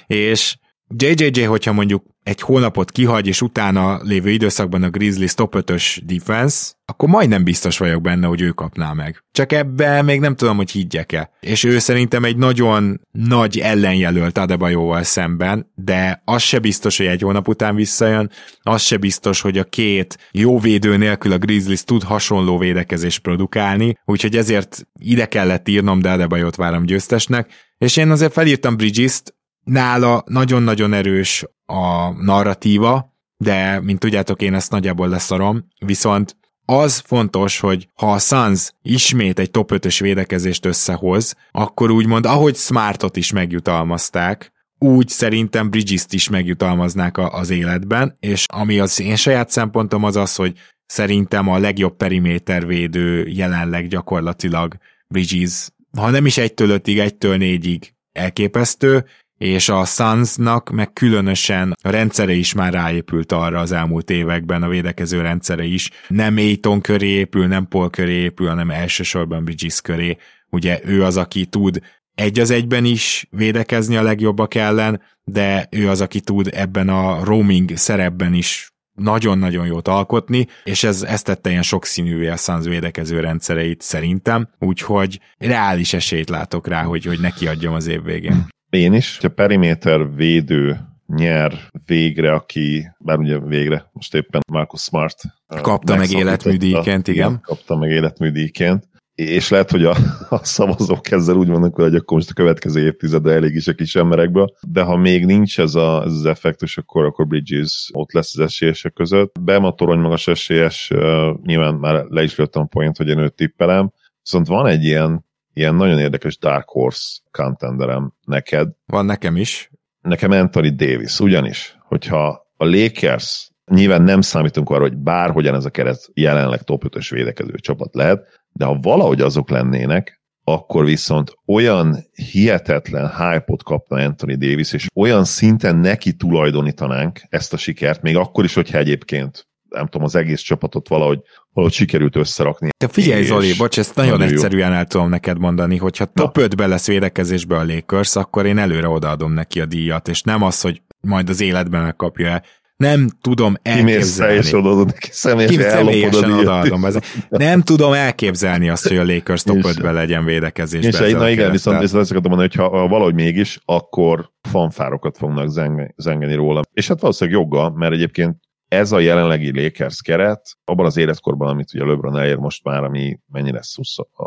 B: és JJJ, hogyha mondjuk egy hónapot kihagy, és utána lévő időszakban a Grizzlies top 5-ös defense, akkor majdnem biztos vagyok benne, hogy ő kapná meg. Csak ebben még nem tudom, hogy higgyek-e. És ő szerintem egy nagyon nagy ellenjelölt Adebayoval szemben, de az se biztos, hogy egy hónap után visszajön, az se biztos, hogy a két jó védő nélkül a Grizzlies tud hasonló védekezést produkálni, úgyhogy ezért ide kellett írnom, de Adebayot várom győztesnek, és én azért felírtam Bridges-t, nála nagyon-nagyon erős a narratíva, de mint tudjátok, én ezt nagyjából leszarom, viszont az fontos, hogy ha a Suns ismét egy top 5-ös védekezést összehoz, akkor úgymond, ahogy Smartot is megjutalmazták, úgy szerintem Bridges-t is megjutalmaznák az életben, és ami az én saját szempontom az az, hogy szerintem a legjobb perimétervédő jelenleg gyakorlatilag Bridges, ha nem is 1-től 5-ig, 1-től 4-ig elképesztő, és a Sunsnak meg különösen a rendszere is már ráépült arra az elmúlt években, a védekező rendszere is. Nem Ayton köré épül, nem Paul köré épül, hanem elsősorban Bridges köré. Ugye ő az, aki tud egy az egyben is védekezni a legjobbak ellen, de ő az, aki tud ebben a roaming szerepben is nagyon-nagyon jót alkotni, és ez tette ilyen sokszínűvé a Suns védekező rendszereit szerintem, úgyhogy reális esélyt látok rá, hogy neki adjam az év végén.
C: Én is, ha periméter védő nyer végre, aki, bár ugye végre, most éppen Marcus Smart
B: kapta meg életműdíjként, igen.
C: Kapta meg életműdíjként, és lehet, hogy a szavazók ezzel úgy vannak, hogy akkor most a következő évtizedre elég is a kis emberekből, de ha még nincs ez az effektus, akkor Bridges ott lesz az esélyesek között. Bam a torony magas esélyes, nyilván már le is lőttem a point, hogy én őt tippelem, viszont van egy ilyen nagyon érdekes Dark Horse contenderem neked.
B: Van nekem is.
C: Nekem Anthony Davis, ugyanis, hogyha a Lakers, nyilván nem számítunk arra, hogy bárhogyan ez a keret jelenleg top 5-ös védekező csapat lehet, de ha valahogy azok lennének, akkor viszont olyan hihetetlen hype-ot kapna Anthony Davis, és olyan szinten neki tulajdonítanánk ezt a sikert, még akkor is, hogyha egyébként nem tudom, az egész csapatot valahogy sikerült összerakni.
B: Te figyelj, Zoli, bocs, ezt nagyon egyszerűen el tudom neked mondani, hogyha top 5-be lesz védekezésbe a Lakers, akkor én előre odaadom neki a díjat, és nem az, hogy majd az életben megkapja el. Nem tudom elképzelni.
C: Kimész és odaadod neki, személyesen
B: odaadom. Nem tudom elképzelni azt, hogy a Lakers top 5-be legyen védekezésben.
C: Na igen, viszont ezt akartam mondani, hogy ha valahogy mégis, akkor fanfárokat fognak zengeni róla. És hát valószínűleg joggal, mert egyébként ez a jelenlegi Lakers keret, abban az életkorban, amit ugye LeBron elér most már, ami mennyi lesz?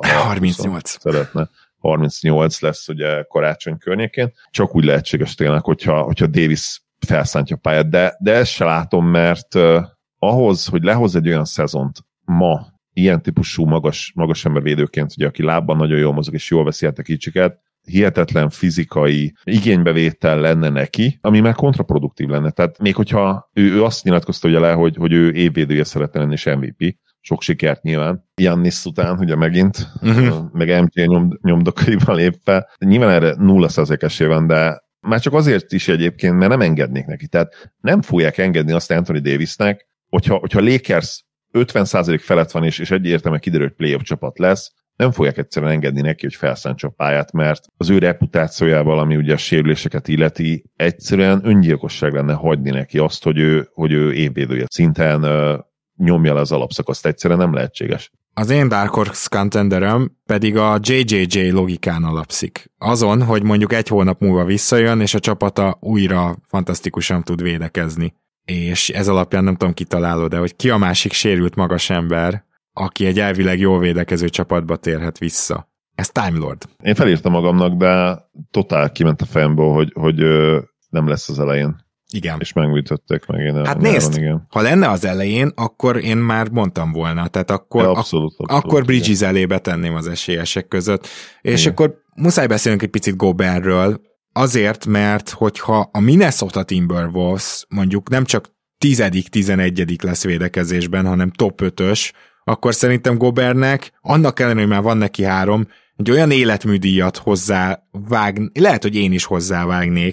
B: 38.
C: Szeretne. 38 lesz ugye karácsony környékén. Csak úgy lehetséges tényleg, hogyha Davis felszántja a pályát, de ezt se látom, mert ahhoz, hogy lehoz egy olyan szezont ma, ilyen típusú magas embervédőként, ugye, aki lábban nagyon jól mozog és jól veszi át a kicsiket, hihetetlen fizikai igénybevétel lenne neki, ami már kontraproduktív lenne. Tehát még hogyha ő azt nyilatkozta ugye le, hogy ő évvédője szeretne lenni és MVP, sok sikert nyilván, Giannis után, ugye megint, meg MJ nyomdokaiban lépve. Nyilván erre 0% esély van, de már csak azért is egyébként, mert nem engednék neki. Tehát nem fogják engedni azt Anthony Davisnek, hogyha Lakers 50% felett van, és egyértelműen kiderül, hogy playoff csapat lesz, nem fogják egyszerűen engedni neki, hogy felszántsa a pályát, mert az ő reputációjával, ami ugye a sérüléseket illeti, egyszerűen öngyilkosság lenne hagyni neki azt, hogy ő évvédője szinten nyomja le az alapszakaszt. Egyszerűen nem lehetséges.
B: Az én Dark Horse contenderem pedig a JJJ logikán alapszik. Azon, hogy mondjuk egy hónap múlva visszajön, és a csapata újra fantasztikusan tud védekezni. És ez alapján nem tudom, kitalálod, de hogy ki a másik sérült magas ember, aki egy elvileg jól védekező csapatba térhet vissza. Ez Time Lord.
C: Én felírtam magamnak, de totál kiment a fejemből, hogy nem lesz az elején.
B: Igen.
C: És megműtötték meg. Én
B: hát nézd, igen. Ha lenne az elején, akkor én már mondtam volna. Tehát abszolút, akkor Bridges elébe tenném az esélyesek között. És igen. Akkor muszáj beszélnünk egy picit Gobertről, azért, mert hogyha a Minnesota Timberwolves mondjuk nem csak 10.-11. lesz védekezésben, hanem top 5-ös, akkor szerintem Gobertnek, annak ellenére, hogy már van neki 3, egy olyan életműdíjat hozzávágni, lehet, hogy én is hozzávágnék,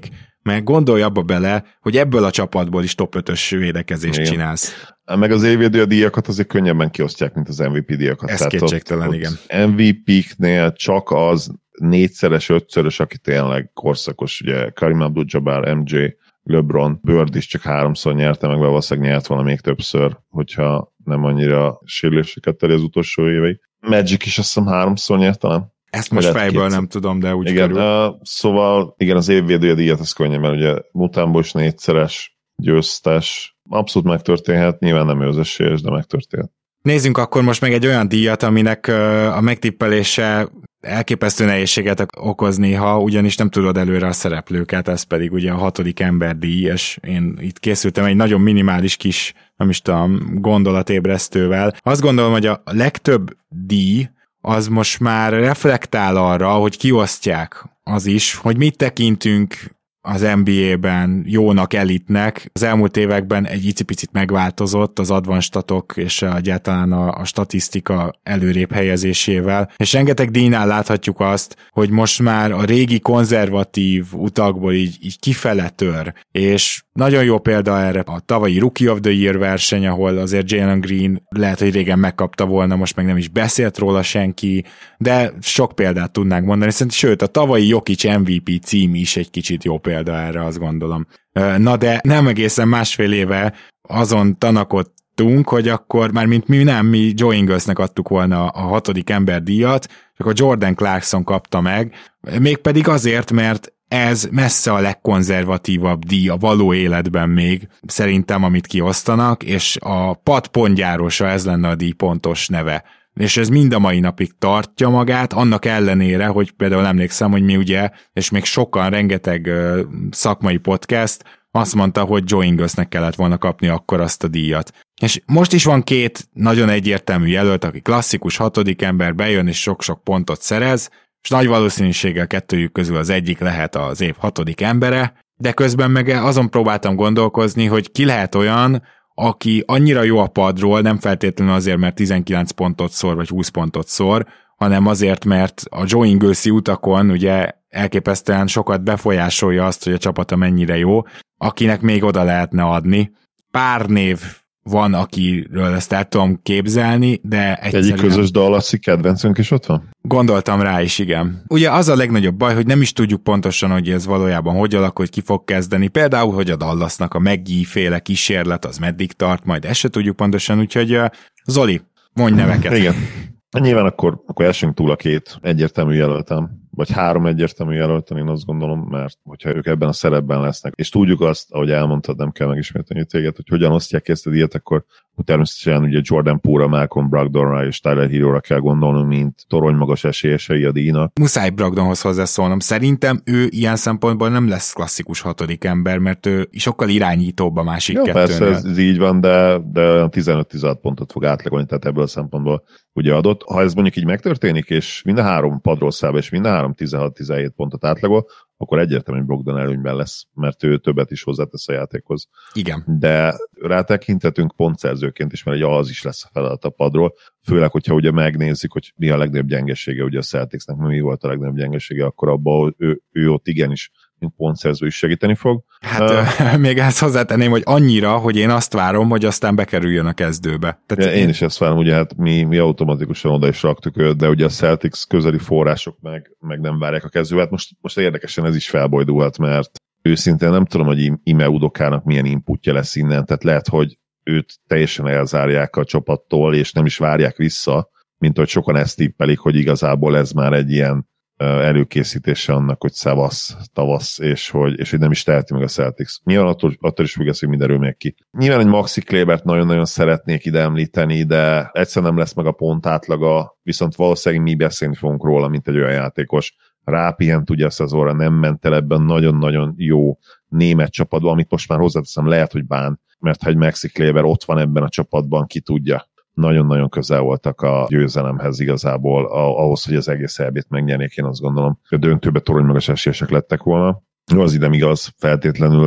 B: mert gondolj abba bele, hogy ebből a csapatból is top 5-ös védekezést csinálsz.
C: Meg az évvédő díjakat azért könnyebben kiosztják, mint az MVP díjakat.
B: Ez kétségtelen, igen.
C: MVP-knél csak az 4-szeres, 5-szörös, aki tényleg korszakos, ugye Kareem Abdul-Jabbar, MJ, LeBron, Bird is csak 3-szor nyerte meg, valószínűleg nyert volna még többször, hogyha nem annyira sérüléseket teri az utolsó évei. Magic is azt hiszem 3-szor nyert talán.
B: Ezt most fejből nem tudom, de úgy
C: igen,
B: kerül.
C: Szóval igen, az évvédője díjat az könnyebben, ugye Mutánból is 4-szeres győztes, abszolút megtörténhet, nyilván nem ő az esélyes, de megtörténhet.
B: Nézzünk akkor most meg egy olyan díjat, aminek a megtippelése elképesztő nehézséget okoz néha, ugyanis nem tudod előre a szereplőket, ez pedig ugye a 6. emberdíj, és én itt készültem egy nagyon minimális kis, nem is tudom, gondolatébresztővel. Azt gondolom, hogy a legtöbb díj az most már reflektál arra, hogy kiosztják az is, hogy mit tekintünk az NBA-ben jónak, elitnek. Az elmúlt években egy icipicit megváltozott az advanstatok és egyáltalán a statisztika előrébb helyezésével, és rengeteg díjnál láthatjuk azt, hogy most már a régi konzervatív utakból így kifele tör, és nagyon jó példa erre a tavalyi Rookie of the Year verseny, ahol azért Jalen Green lehet, hogy régen megkapta volna, most meg nem is beszélt róla senki, de sok példát tudnánk mondani, sőt a tavalyi Jokic MVP cím is egy kicsit jó példa erre, azt gondolom. Na de nem egészen másfél éve azon tanakodtunk, hogy akkor már mi Joe Inglesnek adtuk volna a 6. ember díjat, csak a Jordan Clarkson kapta meg, mégpedig azért, mert ez messze a legkonzervatívabb díj a való életben még, szerintem, amit kiosztanak, és a padpontgyárosa ez lenne a díj pontos neve. És ez mind a mai napig tartja magát, annak ellenére, hogy például emlékszem, hogy mi ugye, és még sokan, rengeteg szakmai podcast azt mondta, hogy Joe Inglesnek kellett volna kapni akkor azt a díjat. És most is van 2 nagyon egyértelmű jelölt, aki klasszikus 6. ember bejön és sok-sok pontot szerez, és nagy valószínűséggel kettőjük közül az egyik lehet az év 6. embere, de közben meg azon próbáltam gondolkozni, hogy ki lehet olyan, aki annyira jó a padról, nem feltétlenül azért, mert 19 pontot szor, vagy 20 pontot szor, hanem azért, mert a Joe Ingles-i utakon ugye elképesztően sokat befolyásolja azt, hogy a csapata mennyire jó, akinek még oda lehetne adni. Pár név van, akiről ezt el tudom képzelni, de egyszerűen...
C: Egyik közös dallaszi kedvencünk is ott van?
B: Gondoltam rá is, igen. Ugye az a legnagyobb baj, hogy nem is tudjuk pontosan, hogy ez valójában hogy alakul, hogy ki fog kezdeni. Például, hogy a Dallasnak a McGee-féle kísérlet az meddig tart, majd ezt se tudjuk pontosan, úgyhogy Zoli, mondj neveket.
C: Igen. Nyilván akkor elsünk túl a 2 egyértelmű jelöltem, vagy 3 egyértelmű jelölten, én azt gondolom, mert hogyha ők ebben a szerepben lesznek, és tudjuk azt, ahogy elmondtad, nem kell megismételni téged, hogy hogyan osztják ki ezt a díjat, akkor természetesen ugye Jordan Poole-ra, Malcolm Brogdonra és Tyler Herro-ra kell gondolnunk, mint torony magas esélyesei a díjnak.
B: Muszáj Brogdonhoz hozzászólnom. Szerintem ő ilyen szempontból nem lesz klasszikus 6. ember, mert ő sokkal irányítóbb a másik kettőnél.
C: Persze ez így van, de 15-16 pontot fog átlagolni, tehát ebből a szempontból ugye adott. Ha ez mondjuk így megtörténik, és mind a 3 padról száll, és mind a 3 16-17 pontot átlagol, akkor egyértelműen Brogdon előnyben lesz, mert ő többet is hozzátesz a játékhoz.
B: Igen.
C: De rátekintetünk pontszerzőként is, mert egy az is lesz a feladat a padról, főleg, hogyha ugye megnézzük, hogy mi a legnagyobb gyengesége ugye a Celticsnek, mi volt a legnagyobb gyengesége, akkor abban ő ott igenis, mint pontszerző is segíteni fog.
B: Hát még ezt hozzátenném, hogy annyira, hogy én azt várom, hogy aztán bekerüljön a kezdőbe.
C: Tehát én is ezt várom, ugye hát mi automatikusan oda is raktuk őt, de ugye a Celtics közeli források meg nem várják a kezdőbe. Hát most érdekesen ez is felbojdulhat, mert őszintén nem tudom, hogy Ime Udokának milyen inputja lesz innen, tehát lehet, hogy őt teljesen elzárják a csapattól, és nem is várják vissza, mint hogy sokan ezt tippelik, hogy igazából ez már egy ilyen előkészítése annak, hogy szavasz, tavasz, és hogy nem is teheti meg a Celtics. Nyilván attól is függ, hogy mindenről még ki. Nyilván egy Maxi Klebert nagyon-nagyon szeretnék ide említeni, de egyszer nem lesz meg a pont átlaga, viszont valószínűleg mi beszélni fogunk róla, mint egy olyan játékos. Rápihent ugye a szezonra, nem ment el ebben nagyon-nagyon jó német csapatban, amit most már hozzáteszem, lehet, hogy bán, mert ha egy Maxi Kleber ott van ebben a csapatban, ki tudja. Nagyon-nagyon közel voltak a győzelemhez igazából, ahhoz, hogy az egész EB-t megnyernék, én azt gondolom, hogy a döntőbe toronymagas esélyesek lettek volna. Jó, az ide igaz feltétlenül,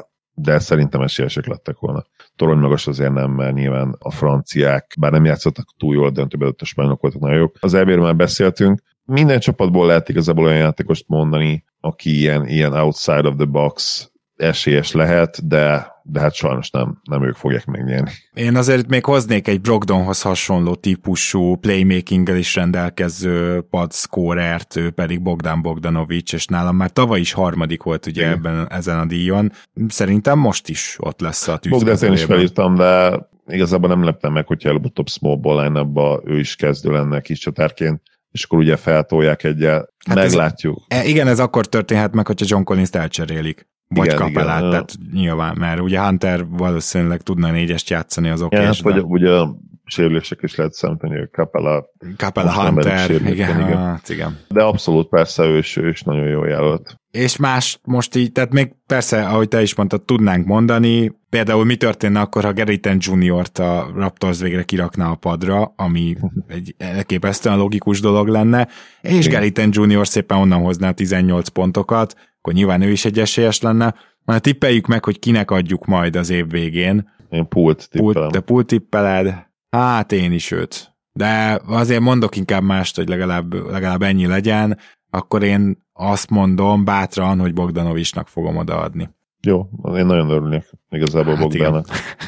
C: de szerintem esélyesek lettek volna. Toronymagas azért nem, mert nyilván a franciák, bár nem játszottak túl jól, a döntőbe, a spanyolok voltak nagyon jók. Az EB-ről már beszéltünk, minden csapatból lehet igazából olyan játékost mondani, aki ilyen outside of the box esélyes lehet, de hát sajnos nem ők fogják megnyerni.
B: Én azért még hoznék egy Brogdonhoz hasonló típusú playmakinggel is rendelkező pad scorert, ő pedig Bogdan Bogdanovics, és nálam már tavaly is harmadik volt ugye ezen a díjon. Szerintem most is ott lesz a tűzközelében.
C: Bogdant én is felírtam, de igazából nem leptem meg, hogyha előbb-utóbb small ball line-upba ő is kezdő lenne kis csatárként, és akkor ugye feltolják egyel. Hát meglátjuk.
B: Igen, ez akkor történhet meg, hogyha John Collins-t elcserélik. Vagy Capellát, tehát nyilván, mert ugye Hunter valószínűleg tudna 4-est játszani az okés.
C: Hát, vagy ugye a sérülések is lehet számítani, hogy
B: Capella Hunter, igen.
C: De abszolút persze ő is nagyon jól jelölt.
B: És más most így, tehát még persze, ahogy te is mondtad, tudnánk mondani, például mi történne akkor, ha Gary Trent Jr.-t a Raptors végre kirakná a padra, ami egy elképesztően logikus dolog lenne, és Gary Trent Jr. szépen onnan hozná 18 pontokat, akkor nyilván ő is egy esélyes lenne. Már tippeljük meg, hogy kinek adjuk majd az év végén.
C: Én Pult tippelem.
B: Te Pult tippeled? Hát én is őt. De azért mondok inkább mást, hogy legalább ennyi legyen, akkor én azt mondom bátran, hogy Bogdanovicsnak fogom odaadni.
C: Jó, én nagyon örülnék igazából Bogdának.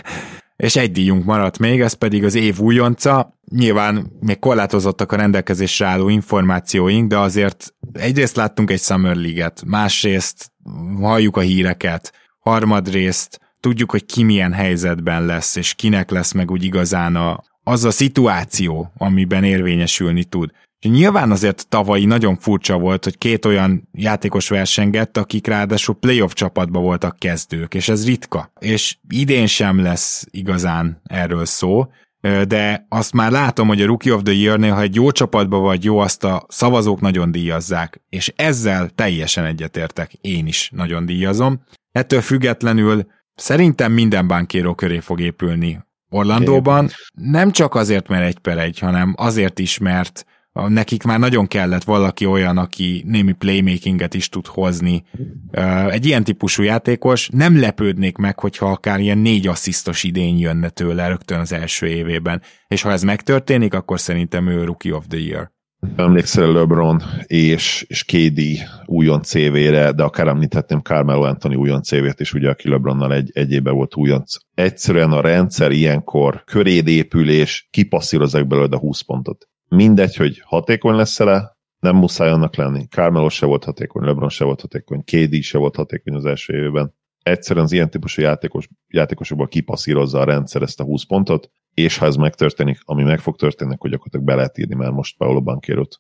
B: És egy díjunk maradt még, ez pedig az év újonca. Nyilván még korlátozottak a rendelkezésre álló információink, de azért egyrészt láttunk egy Summer League-et, másrészt halljuk a híreket, harmadrészt tudjuk, hogy ki milyen helyzetben lesz, és kinek lesz meg úgy igazán az a szituáció, amiben érvényesülni tud. És nyilván azért tavalyi nagyon furcsa volt, hogy két olyan játékos versengett, akik ráadásul playoff csapatban voltak kezdők, és ez ritka. És idén sem lesz igazán erről szó, de azt már látom, hogy a Rookie of the Year-nél, ha egy jó csapatban vagy jó, azt a szavazók nagyon díjazzák, és ezzel teljesen egyetértek, én is nagyon díjazom. Ettől függetlenül szerintem minden bankéró köré fog épülni Orlandóban, nem csak azért, mert 1-1, hanem azért is, mert nekik már nagyon kellett valaki olyan, aki némi playmakinget is tud hozni. Egy ilyen típusú játékos, nem lepődnék meg, hogyha akár ilyen 4 asszisztos idény jönne tőle rögtön az első évében. És ha ez megtörténik, akkor szerintem ő Rookie of the Year.
C: Emlékszel LeBron és KD újonc CV-re, de akár említhetném Carmelo Anthony újonc CV-t is, ugye, aki LeBronnal egy éve volt újonc. Egyszerűen a rendszer ilyenkor köréd épül, és kipasszírozzák belőle a 20 pontot. Mindegy, hogy hatékony lesz-e, nem muszáj annak lenni. Carmelo se volt hatékony, LeBron se volt hatékony, KD se volt hatékony az első évben. Egyszerűen az ilyen típusú játékosokból kipasszírozza a rendszer ezt a 20 pontot, és ha ez megtörténik, ami meg fog történni, akkor gyakorlatilag be lehet írni már most Paolo Banchero-t.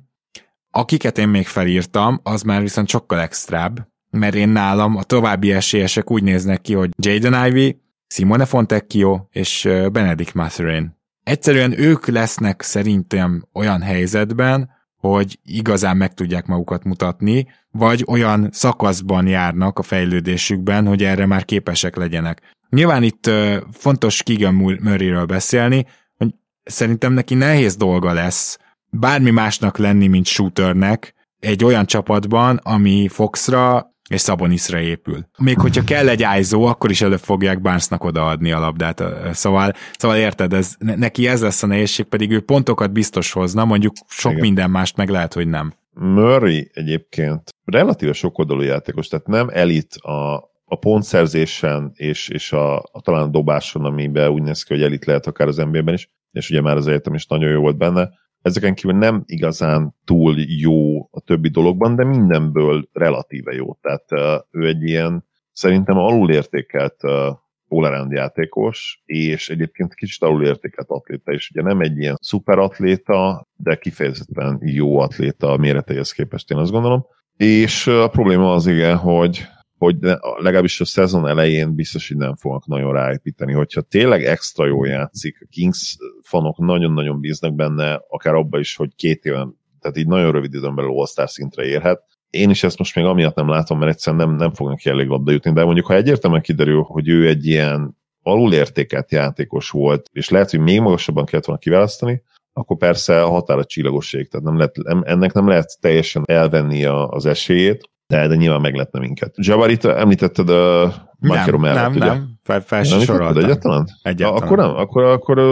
B: Akiket én még felírtam, az már viszont sokkal extrább, mert én nálam a további esélyesek úgy néznek ki, hogy Jaden Ivey, Simone Fontecchio és Benedict Mathurin. Egyszerűen ők lesznek szerintem olyan helyzetben, hogy igazán meg tudják magukat mutatni, vagy olyan szakaszban járnak a fejlődésükben, hogy erre már képesek legyenek. Nyilván itt fontos Keegan Murrayről beszélni, hogy szerintem neki nehéz dolga lesz bármi másnak lenni, mint shooternek egy olyan csapatban, ami Foxra és Sabonisra épül. Még hogyha kell egy ISO, akkor is előbb fogják Barnesnak odaadni a labdát. Szóval érted, neki ez lesz a nehézség, pedig ő pontokat biztos hozna, mondjuk sok minden mást meg lehet, hogy nem.
C: Murray egyébként relatíve sokoldalú játékos, tehát nem elit a pontszerzésen és a talán a dobáson, amiben úgy néz ki, hogy elit lehet akár az NBA-ben is, és ugye már az egyetem is nagyon jó volt benne. Ezeken kívül nem igazán túl jó a többi dologban, de mindenből relatíve jó. Tehát ő egy ilyen szerintem alulértékelt all-around játékos, és egyébként kicsit alulértékelt atléta, és ugye nem egy ilyen szuper atléta, de kifejezetten jó atléta a méreteihez képest, én azt gondolom. És a probléma az igen, hogy legalábbis a szezon elején biztos, hogy nem fognak nagyon ráépíteni, hogyha tényleg extra jól játszik, a Kings fanok nagyon-nagyon bíznak benne, akár abban is, hogy 2 éven, tehát így nagyon rövid időn belül All-Star szintre érhet. Én is ezt most még amiatt nem látom, mert egyszerűen nem fognak ki elég labda jutni, de mondjuk ha egyértelműen kiderül, hogy ő egy ilyen alulértékelt játékos volt, és lehet, hogy még magasabban kellett volna kiválasztani, akkor persze a határa csillagosség, tehát ennek nem lehet teljesen elvenni az esélyét, de nyilván meglepne minket. Jabarit említetted a Banchero mellett, ugye?
B: Nem, fel se soroltam.
C: Egyáltalán?
B: Egyáltalán.
C: Akkor nem, akkor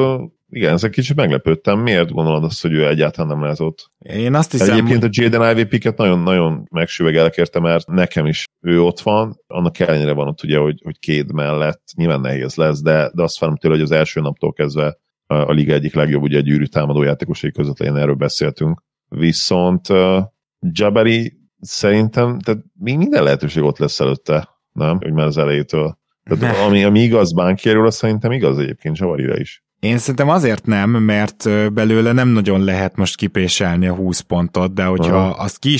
C: Igen, ezek kicsit meglepődtem. Miért gondolod azt, hogy ő egyáltalán nem lehet ott?
B: Én azt hiszem...
C: Egyébként a Jaden Ivey picket nagyon-nagyon megsüvegelek érte, mert nekem is ő ott van, annak ellenére van ott ugye, hogy Cade mellett nyilván nehéz lesz, de azt várom tőle, hogy az első naptól kezdve a liga egyik legjobb ugye gyűrű támadó játékosai között legyen, erről beszéltünk. Viszont Jabari szerintem, tehát még minden lehetőség ott lesz előtte, nem? Hogy már az elejétől. Tehát ami igaz Bankierről, azt szerintem igaz egyébként Jabarira is.
B: Én szerintem azért nem, mert belőle nem nagyon lehet most kipréselni a 20 pontot, de hogyha azt ki is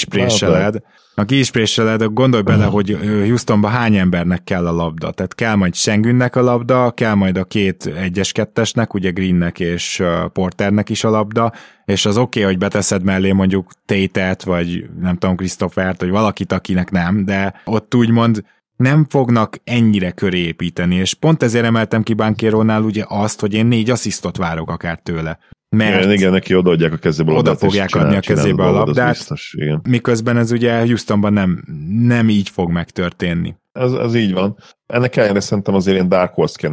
B: préseled, gondolj bele, hogy Houstonban hány embernek kell a labda. Tehát kell majd Sengunnek a labda, kell majd a két 1-2-esnek, ugye Greennek és Porternek is a labda, és az oké, hogy beteszed mellé mondjuk Tate-et, vagy nem tudom, Christophert, vagy valakit, akinek nem, de ott úgymond nem fognak ennyire köré építeni, és pont ezért emeltem ki Bancherónál ugye azt, hogy én 4 asszisztot várok akár tőle. Mert
C: igen, neki odaadják a kezébe a labdát.
B: Oda fogják adni a kezébe a labdát, biztos, miközben ez ugye Houstonban nem így fog megtörténni.
C: Ez így van. Ennek ellenére szerintem azért én Dark Horse-ként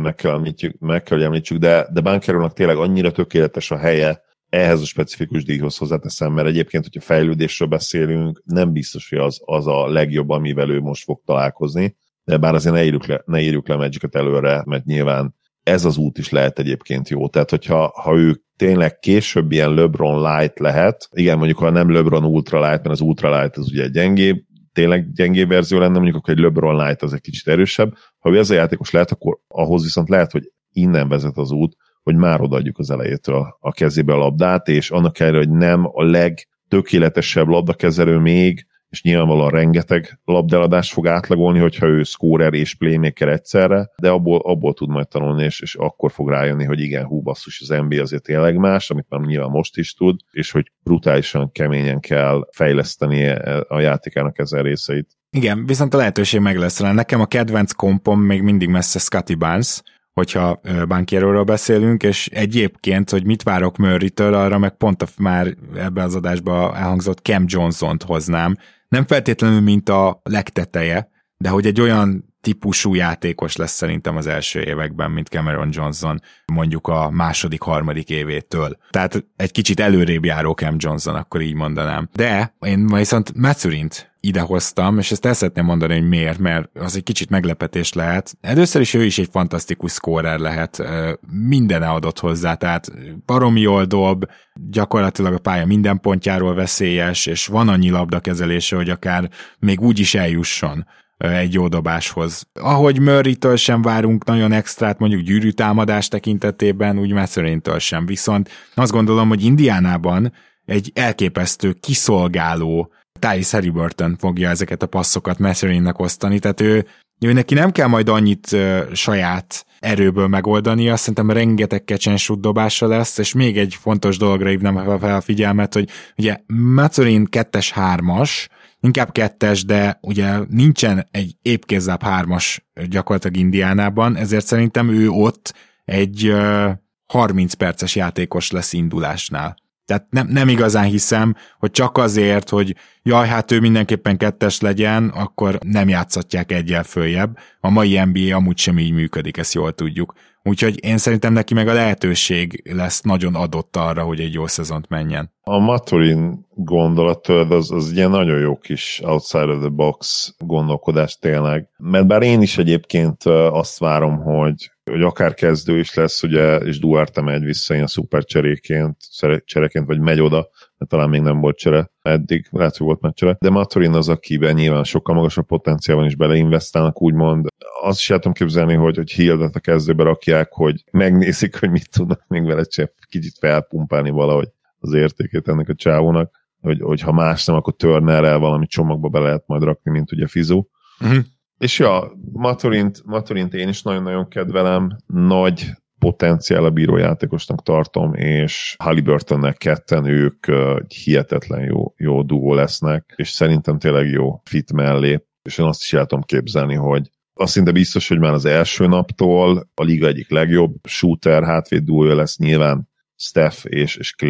C: meg kell, hogy említsük, de Bancherónak tényleg annyira tökéletes a helye ehhez a specifikus díjhoz hozzáteszem, mert egyébként, hogyha fejlődésről beszélünk, nem biztos, hogy az a legjobb, amivel ő most fog találkozni, de bár azért ne írjuk le Magic-et előre, mert nyilván ez az út is lehet egyébként jó. Tehát, hogyha ő tényleg később ilyen LeBron Light lehet, igen, mondjuk ha nem LeBron Ultra Light, mert az Ultra Light az ugye gyengébb, tényleg gyengébb verzió lenne, mondjuk akkor egy LeBron Light az egy kicsit erősebb. Ha ő ez a játékos lehet, akkor ahhoz viszont lehet, hogy innen vezet az út, hogy már odaadjuk az elejétől a kezébe a labdát, és annak ellenére, hogy nem a legtökéletesebb labdakezelő még, és nyilvánvalóan rengeteg labdeladást fog átlagolni, hogyha ő scorer és playmaker egyszerre, de abból tud majd tanulni, és akkor fog rájönni, hogy igen, basszus, az NBA azért tényleg más, amit már nyilván most is tud, és hogy brutálisan keményen kell fejleszteni a játékának ezen részeit.
B: Igen, viszont a lehetőség meg lesz rá. Nekem a kedvenc kompom még mindig messze Scottie Barnes, hogyha Bankieróról beszélünk, és egyébként, hogy mit várok Murraytől, arra meg pont már ebben az adásban elhangzott Cam Johnson-t hoznám. Nem feltétlenül, mint a legteteje, de hogy egy olyan típusú játékos lesz szerintem az első években, mint Cameron Johnson, mondjuk a második-harmadik évétől. Tehát egy kicsit előrébb járó Cam Johnson, akkor így mondanám. De én viszont Mathurin-t idehoztam, és ezt el szeretném mondani, hogy miért, mert az egy kicsit meglepetés lehet. Először is ő is egy fantasztikus scorer lehet, minden adott hozzá, tehát baromi jól dob, gyakorlatilag a pálya minden pontjáról veszélyes, és van annyi labdakezelése, hogy akár még úgy is eljusson egy jó dobáshoz. Ahogy Murraytől sem várunk nagyon extrát, mondjuk gyűrűtámadás tekintetében, úgy Mathurin-től sem. Viszont azt gondolom, hogy Indiánában egy elképesztő kiszolgáló Tyrese Haliburton fogja ezeket a passzokat Mathurinnak osztani, tehát ő neki nem kell majd annyit saját erőből megoldani, azt szerintem rengeteg catch and shoot dobása lesz, és még egy fontos dologra hívnám fel a figyelmet, hogy ugye Mathurin 2-3-as, inkább 2-es, de ugye nincsen egy épkézláb 3-as gyakorlatilag Indiánában, ezért szerintem ő ott egy 30 perces játékos lesz indulásnál. Tehát nem igazán hiszem, hogy csak azért, hogy jaj, hát ő mindenképpen 2-es legyen, akkor nem játszatják egyel följebb. A mai NBA amúgy sem így működik, ezt jól tudjuk. Úgyhogy én szerintem neki meg a lehetőség lesz nagyon adott arra, hogy egy jó szezont menjen.
C: A Mathurin gondolattól az ilyen nagyon jó kis outside of the box gondolkodás tényleg. Mert bár én is egyébként azt várom, hogy akár kezdő is lesz, ugye, és Duarte megy vissza ilyen szuper csereként, vagy megy oda, mert talán még nem volt csere eddig, lehet, hogy volt már csere. De Mathurin az, akiben nyilván sokkal magasabb potenciál van, és beleinvestálnak, úgymond. Azt is tudom képzelni, hogy Hildet a kezdőbe rakják, hogy megnézik, hogy mit tudnak még vele kicsit felpumpálni valahogy az értékét ennek a csávónak, hogy ha más nem, akkor Turnerrel valami csomagba be lehet majd rakni, mint ugye Fizu. Uh-huh. És ja, Mathurin-t én is nagyon-nagyon kedvelem, nagy potenciál a bírójátékosnak tartom, és Haliburtonnek ketten ők hihetetlen jó duó lesznek, és szerintem tényleg jó fit mellé, és én azt is el tudom képzelni, hogy azt szinte biztos, hogy már az első naptól a liga egyik legjobb shooter hátvéd duója lesz, nyilván Steph és Clay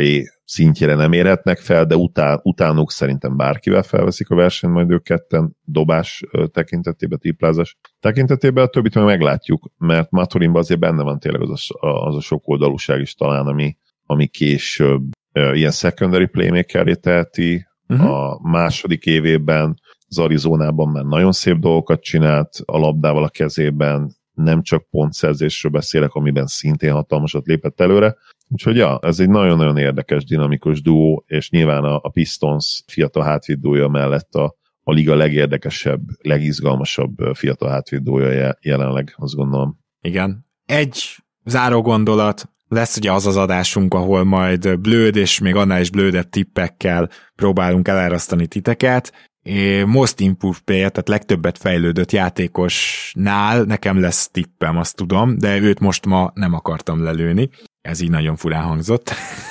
C: szintjére nem érhetnek fel, de utánuk szerintem bárkivel felveszik a versenyt, majd ők ketten dobás tekintetében, triplázás tekintetében, a többit meg meglátjuk, mert Maturinban azért benne van tényleg az a sok oldalúság is talán, ami később ilyen secondary playmaker-ré teheti. A második évében az Arizonában már nagyon szép dolgokat csinált a labdával a kezében, nem csak pontszerzésről beszélek, amiben szintén hatalmasat lépett előre. Úgyhogy ez egy nagyon-nagyon érdekes, dinamikus duó, és nyilván a Pistons fiatal hátvédője mellett a liga legérdekesebb, legizgalmasabb fiatal hátvédője jelenleg, azt gondolom.
B: Igen. Egy záró gondolat, lesz ugye az adásunk, ahol majd blőd és még annál is blődebb tippekkel próbálunk elárasztani titeket. Most improved player, tehát legtöbbet fejlődött játékosnál nekem lesz tippem, azt tudom, de őt most ma nem akartam lelőni. Ez így nagyon furán hangzott.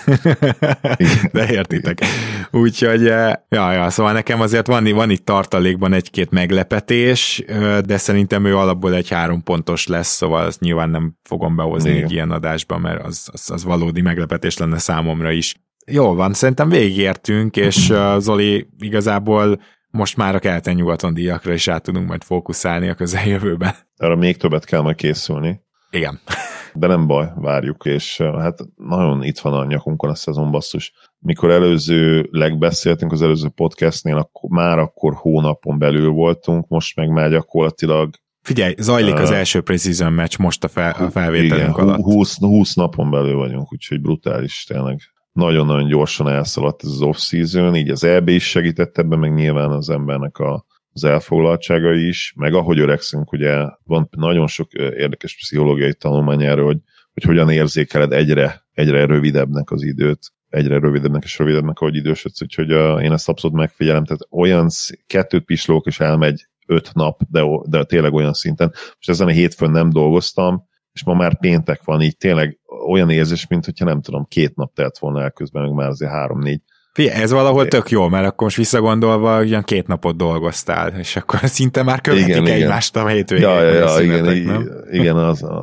B: De értitek. Úgyhogy, szóval nekem azért van itt tartalékban egy-két meglepetés, de szerintem ő alapból egy 3 pontos lesz, szóval azt nyilván nem fogom behozni egy ilyen adásban, mert az valódi meglepetés lenne számomra is. Jól van, szerintem végigértünk, és Zoli igazából most már a keleten-nyugaton díjakra is át tudunk majd fókuszálni a közeljövőben.
C: Arra még többet kell majd készülni.
B: Igen.
C: De nem baj, várjuk, és hát nagyon itt van a nyakunkon a szezon, basszus. Mikor előzőleg beszéltünk az előző podcastnél, akkor hónapon belül voltunk, most meg már gyakorlatilag...
B: Figyelj, zajlik az első preseason match most a felvételünk alatt.
C: 20 napon belül vagyunk, úgyhogy brutális tényleg. Nagyon-nagyon gyorsan elszaladt ez az off-season, így az EB is segített ebben, meg nyilván az embernek az elfoglaltsága is, meg ahogy öregszünk, ugye van nagyon sok érdekes pszichológiai tanulmány erről, hogy hogyan érzékeled egyre rövidebbnek az időt, egyre rövidebbnek és rövidebbnek, ahogy idősödsz, úgyhogy én ezt abszolút megfigyelem, tehát olyan 2 pislók és elmegy 5 nap, de tényleg olyan szinten. Most ezen a hétfőn nem dolgoztam, és ma már péntek van, így tényleg olyan érzés, mint hogyha nem tudom, 2 nap telt volna el közben, meg már azért 3-4.
B: Figyelj, ez valahol tök jó, mert akkor most visszagondolva ugyan 2 napot dolgoztál, és akkor szinte már követik egymást a hétvégén.
C: Igen,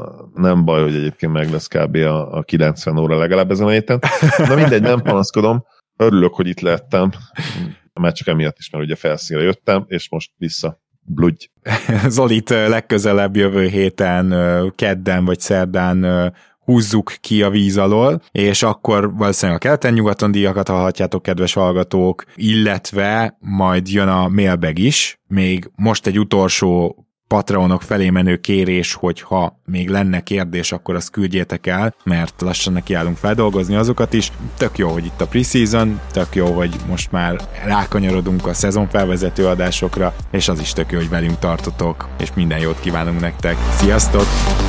C: nem baj, hogy egyébként meg lesz kb. A 90 óra legalább ezen a héten. Na mindegy, nem panaszkodom. Örülök, hogy itt lettem. Már csak emiatt is, mert ugye felszínre jöttem, és most vissza. Bludj.
B: Zolit legközelebb jövő héten, kedden vagy szerdán húzzuk ki a víz alól, és akkor valószínűleg a keleten-nyugaton díjakat hallhatjátok, kedves hallgatók, illetve majd jön a mailbag is, még most egy utolsó Patreonok felé menő kérés, hogyha még lenne kérdés, akkor azt küldjétek el, mert lassan nekiállunk feldolgozni azokat is. Tök jó, hogy itt a preseason, tök jó, hogy most már rákanyarodunk a szezonfelvezető adásokra, és az is tök jó, hogy velünk tartotok, és minden jót kívánunk nektek. Sziasztok!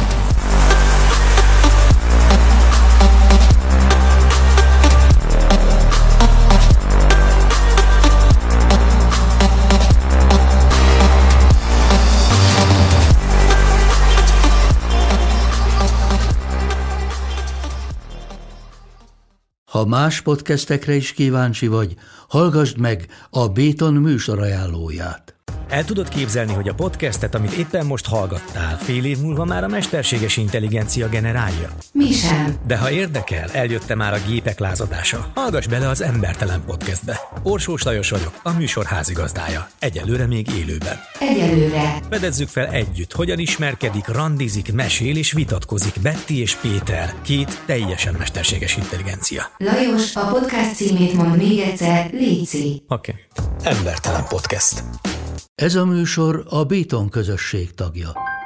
D: Ha más podcastekre is kíváncsi vagy, hallgassd meg a Béton műsor ajánlóját.
E: El tudod képzelni, hogy a podcastet, amit éppen most hallgattál, fél év múlva már a mesterséges intelligencia generálja?
F: Mi sem.
E: De ha érdekel, eljött már a gépek lázadása. Hallgass bele az Embertelen Podcastbe. Orsós Lajos vagyok, a műsor házigazdája. Egyelőre még élőben.
F: Egyelőre.
E: Fedezzük fel együtt, hogyan ismerkedik, randizik, mesél és vitatkozik Betty és Péter, 2 teljesen mesterséges intelligencia.
F: Lajos, a podcast címét mond még egyszer, léci.
E: Oké. Embertelen Podcast.
D: Ez a műsor a Béton közösség tagja.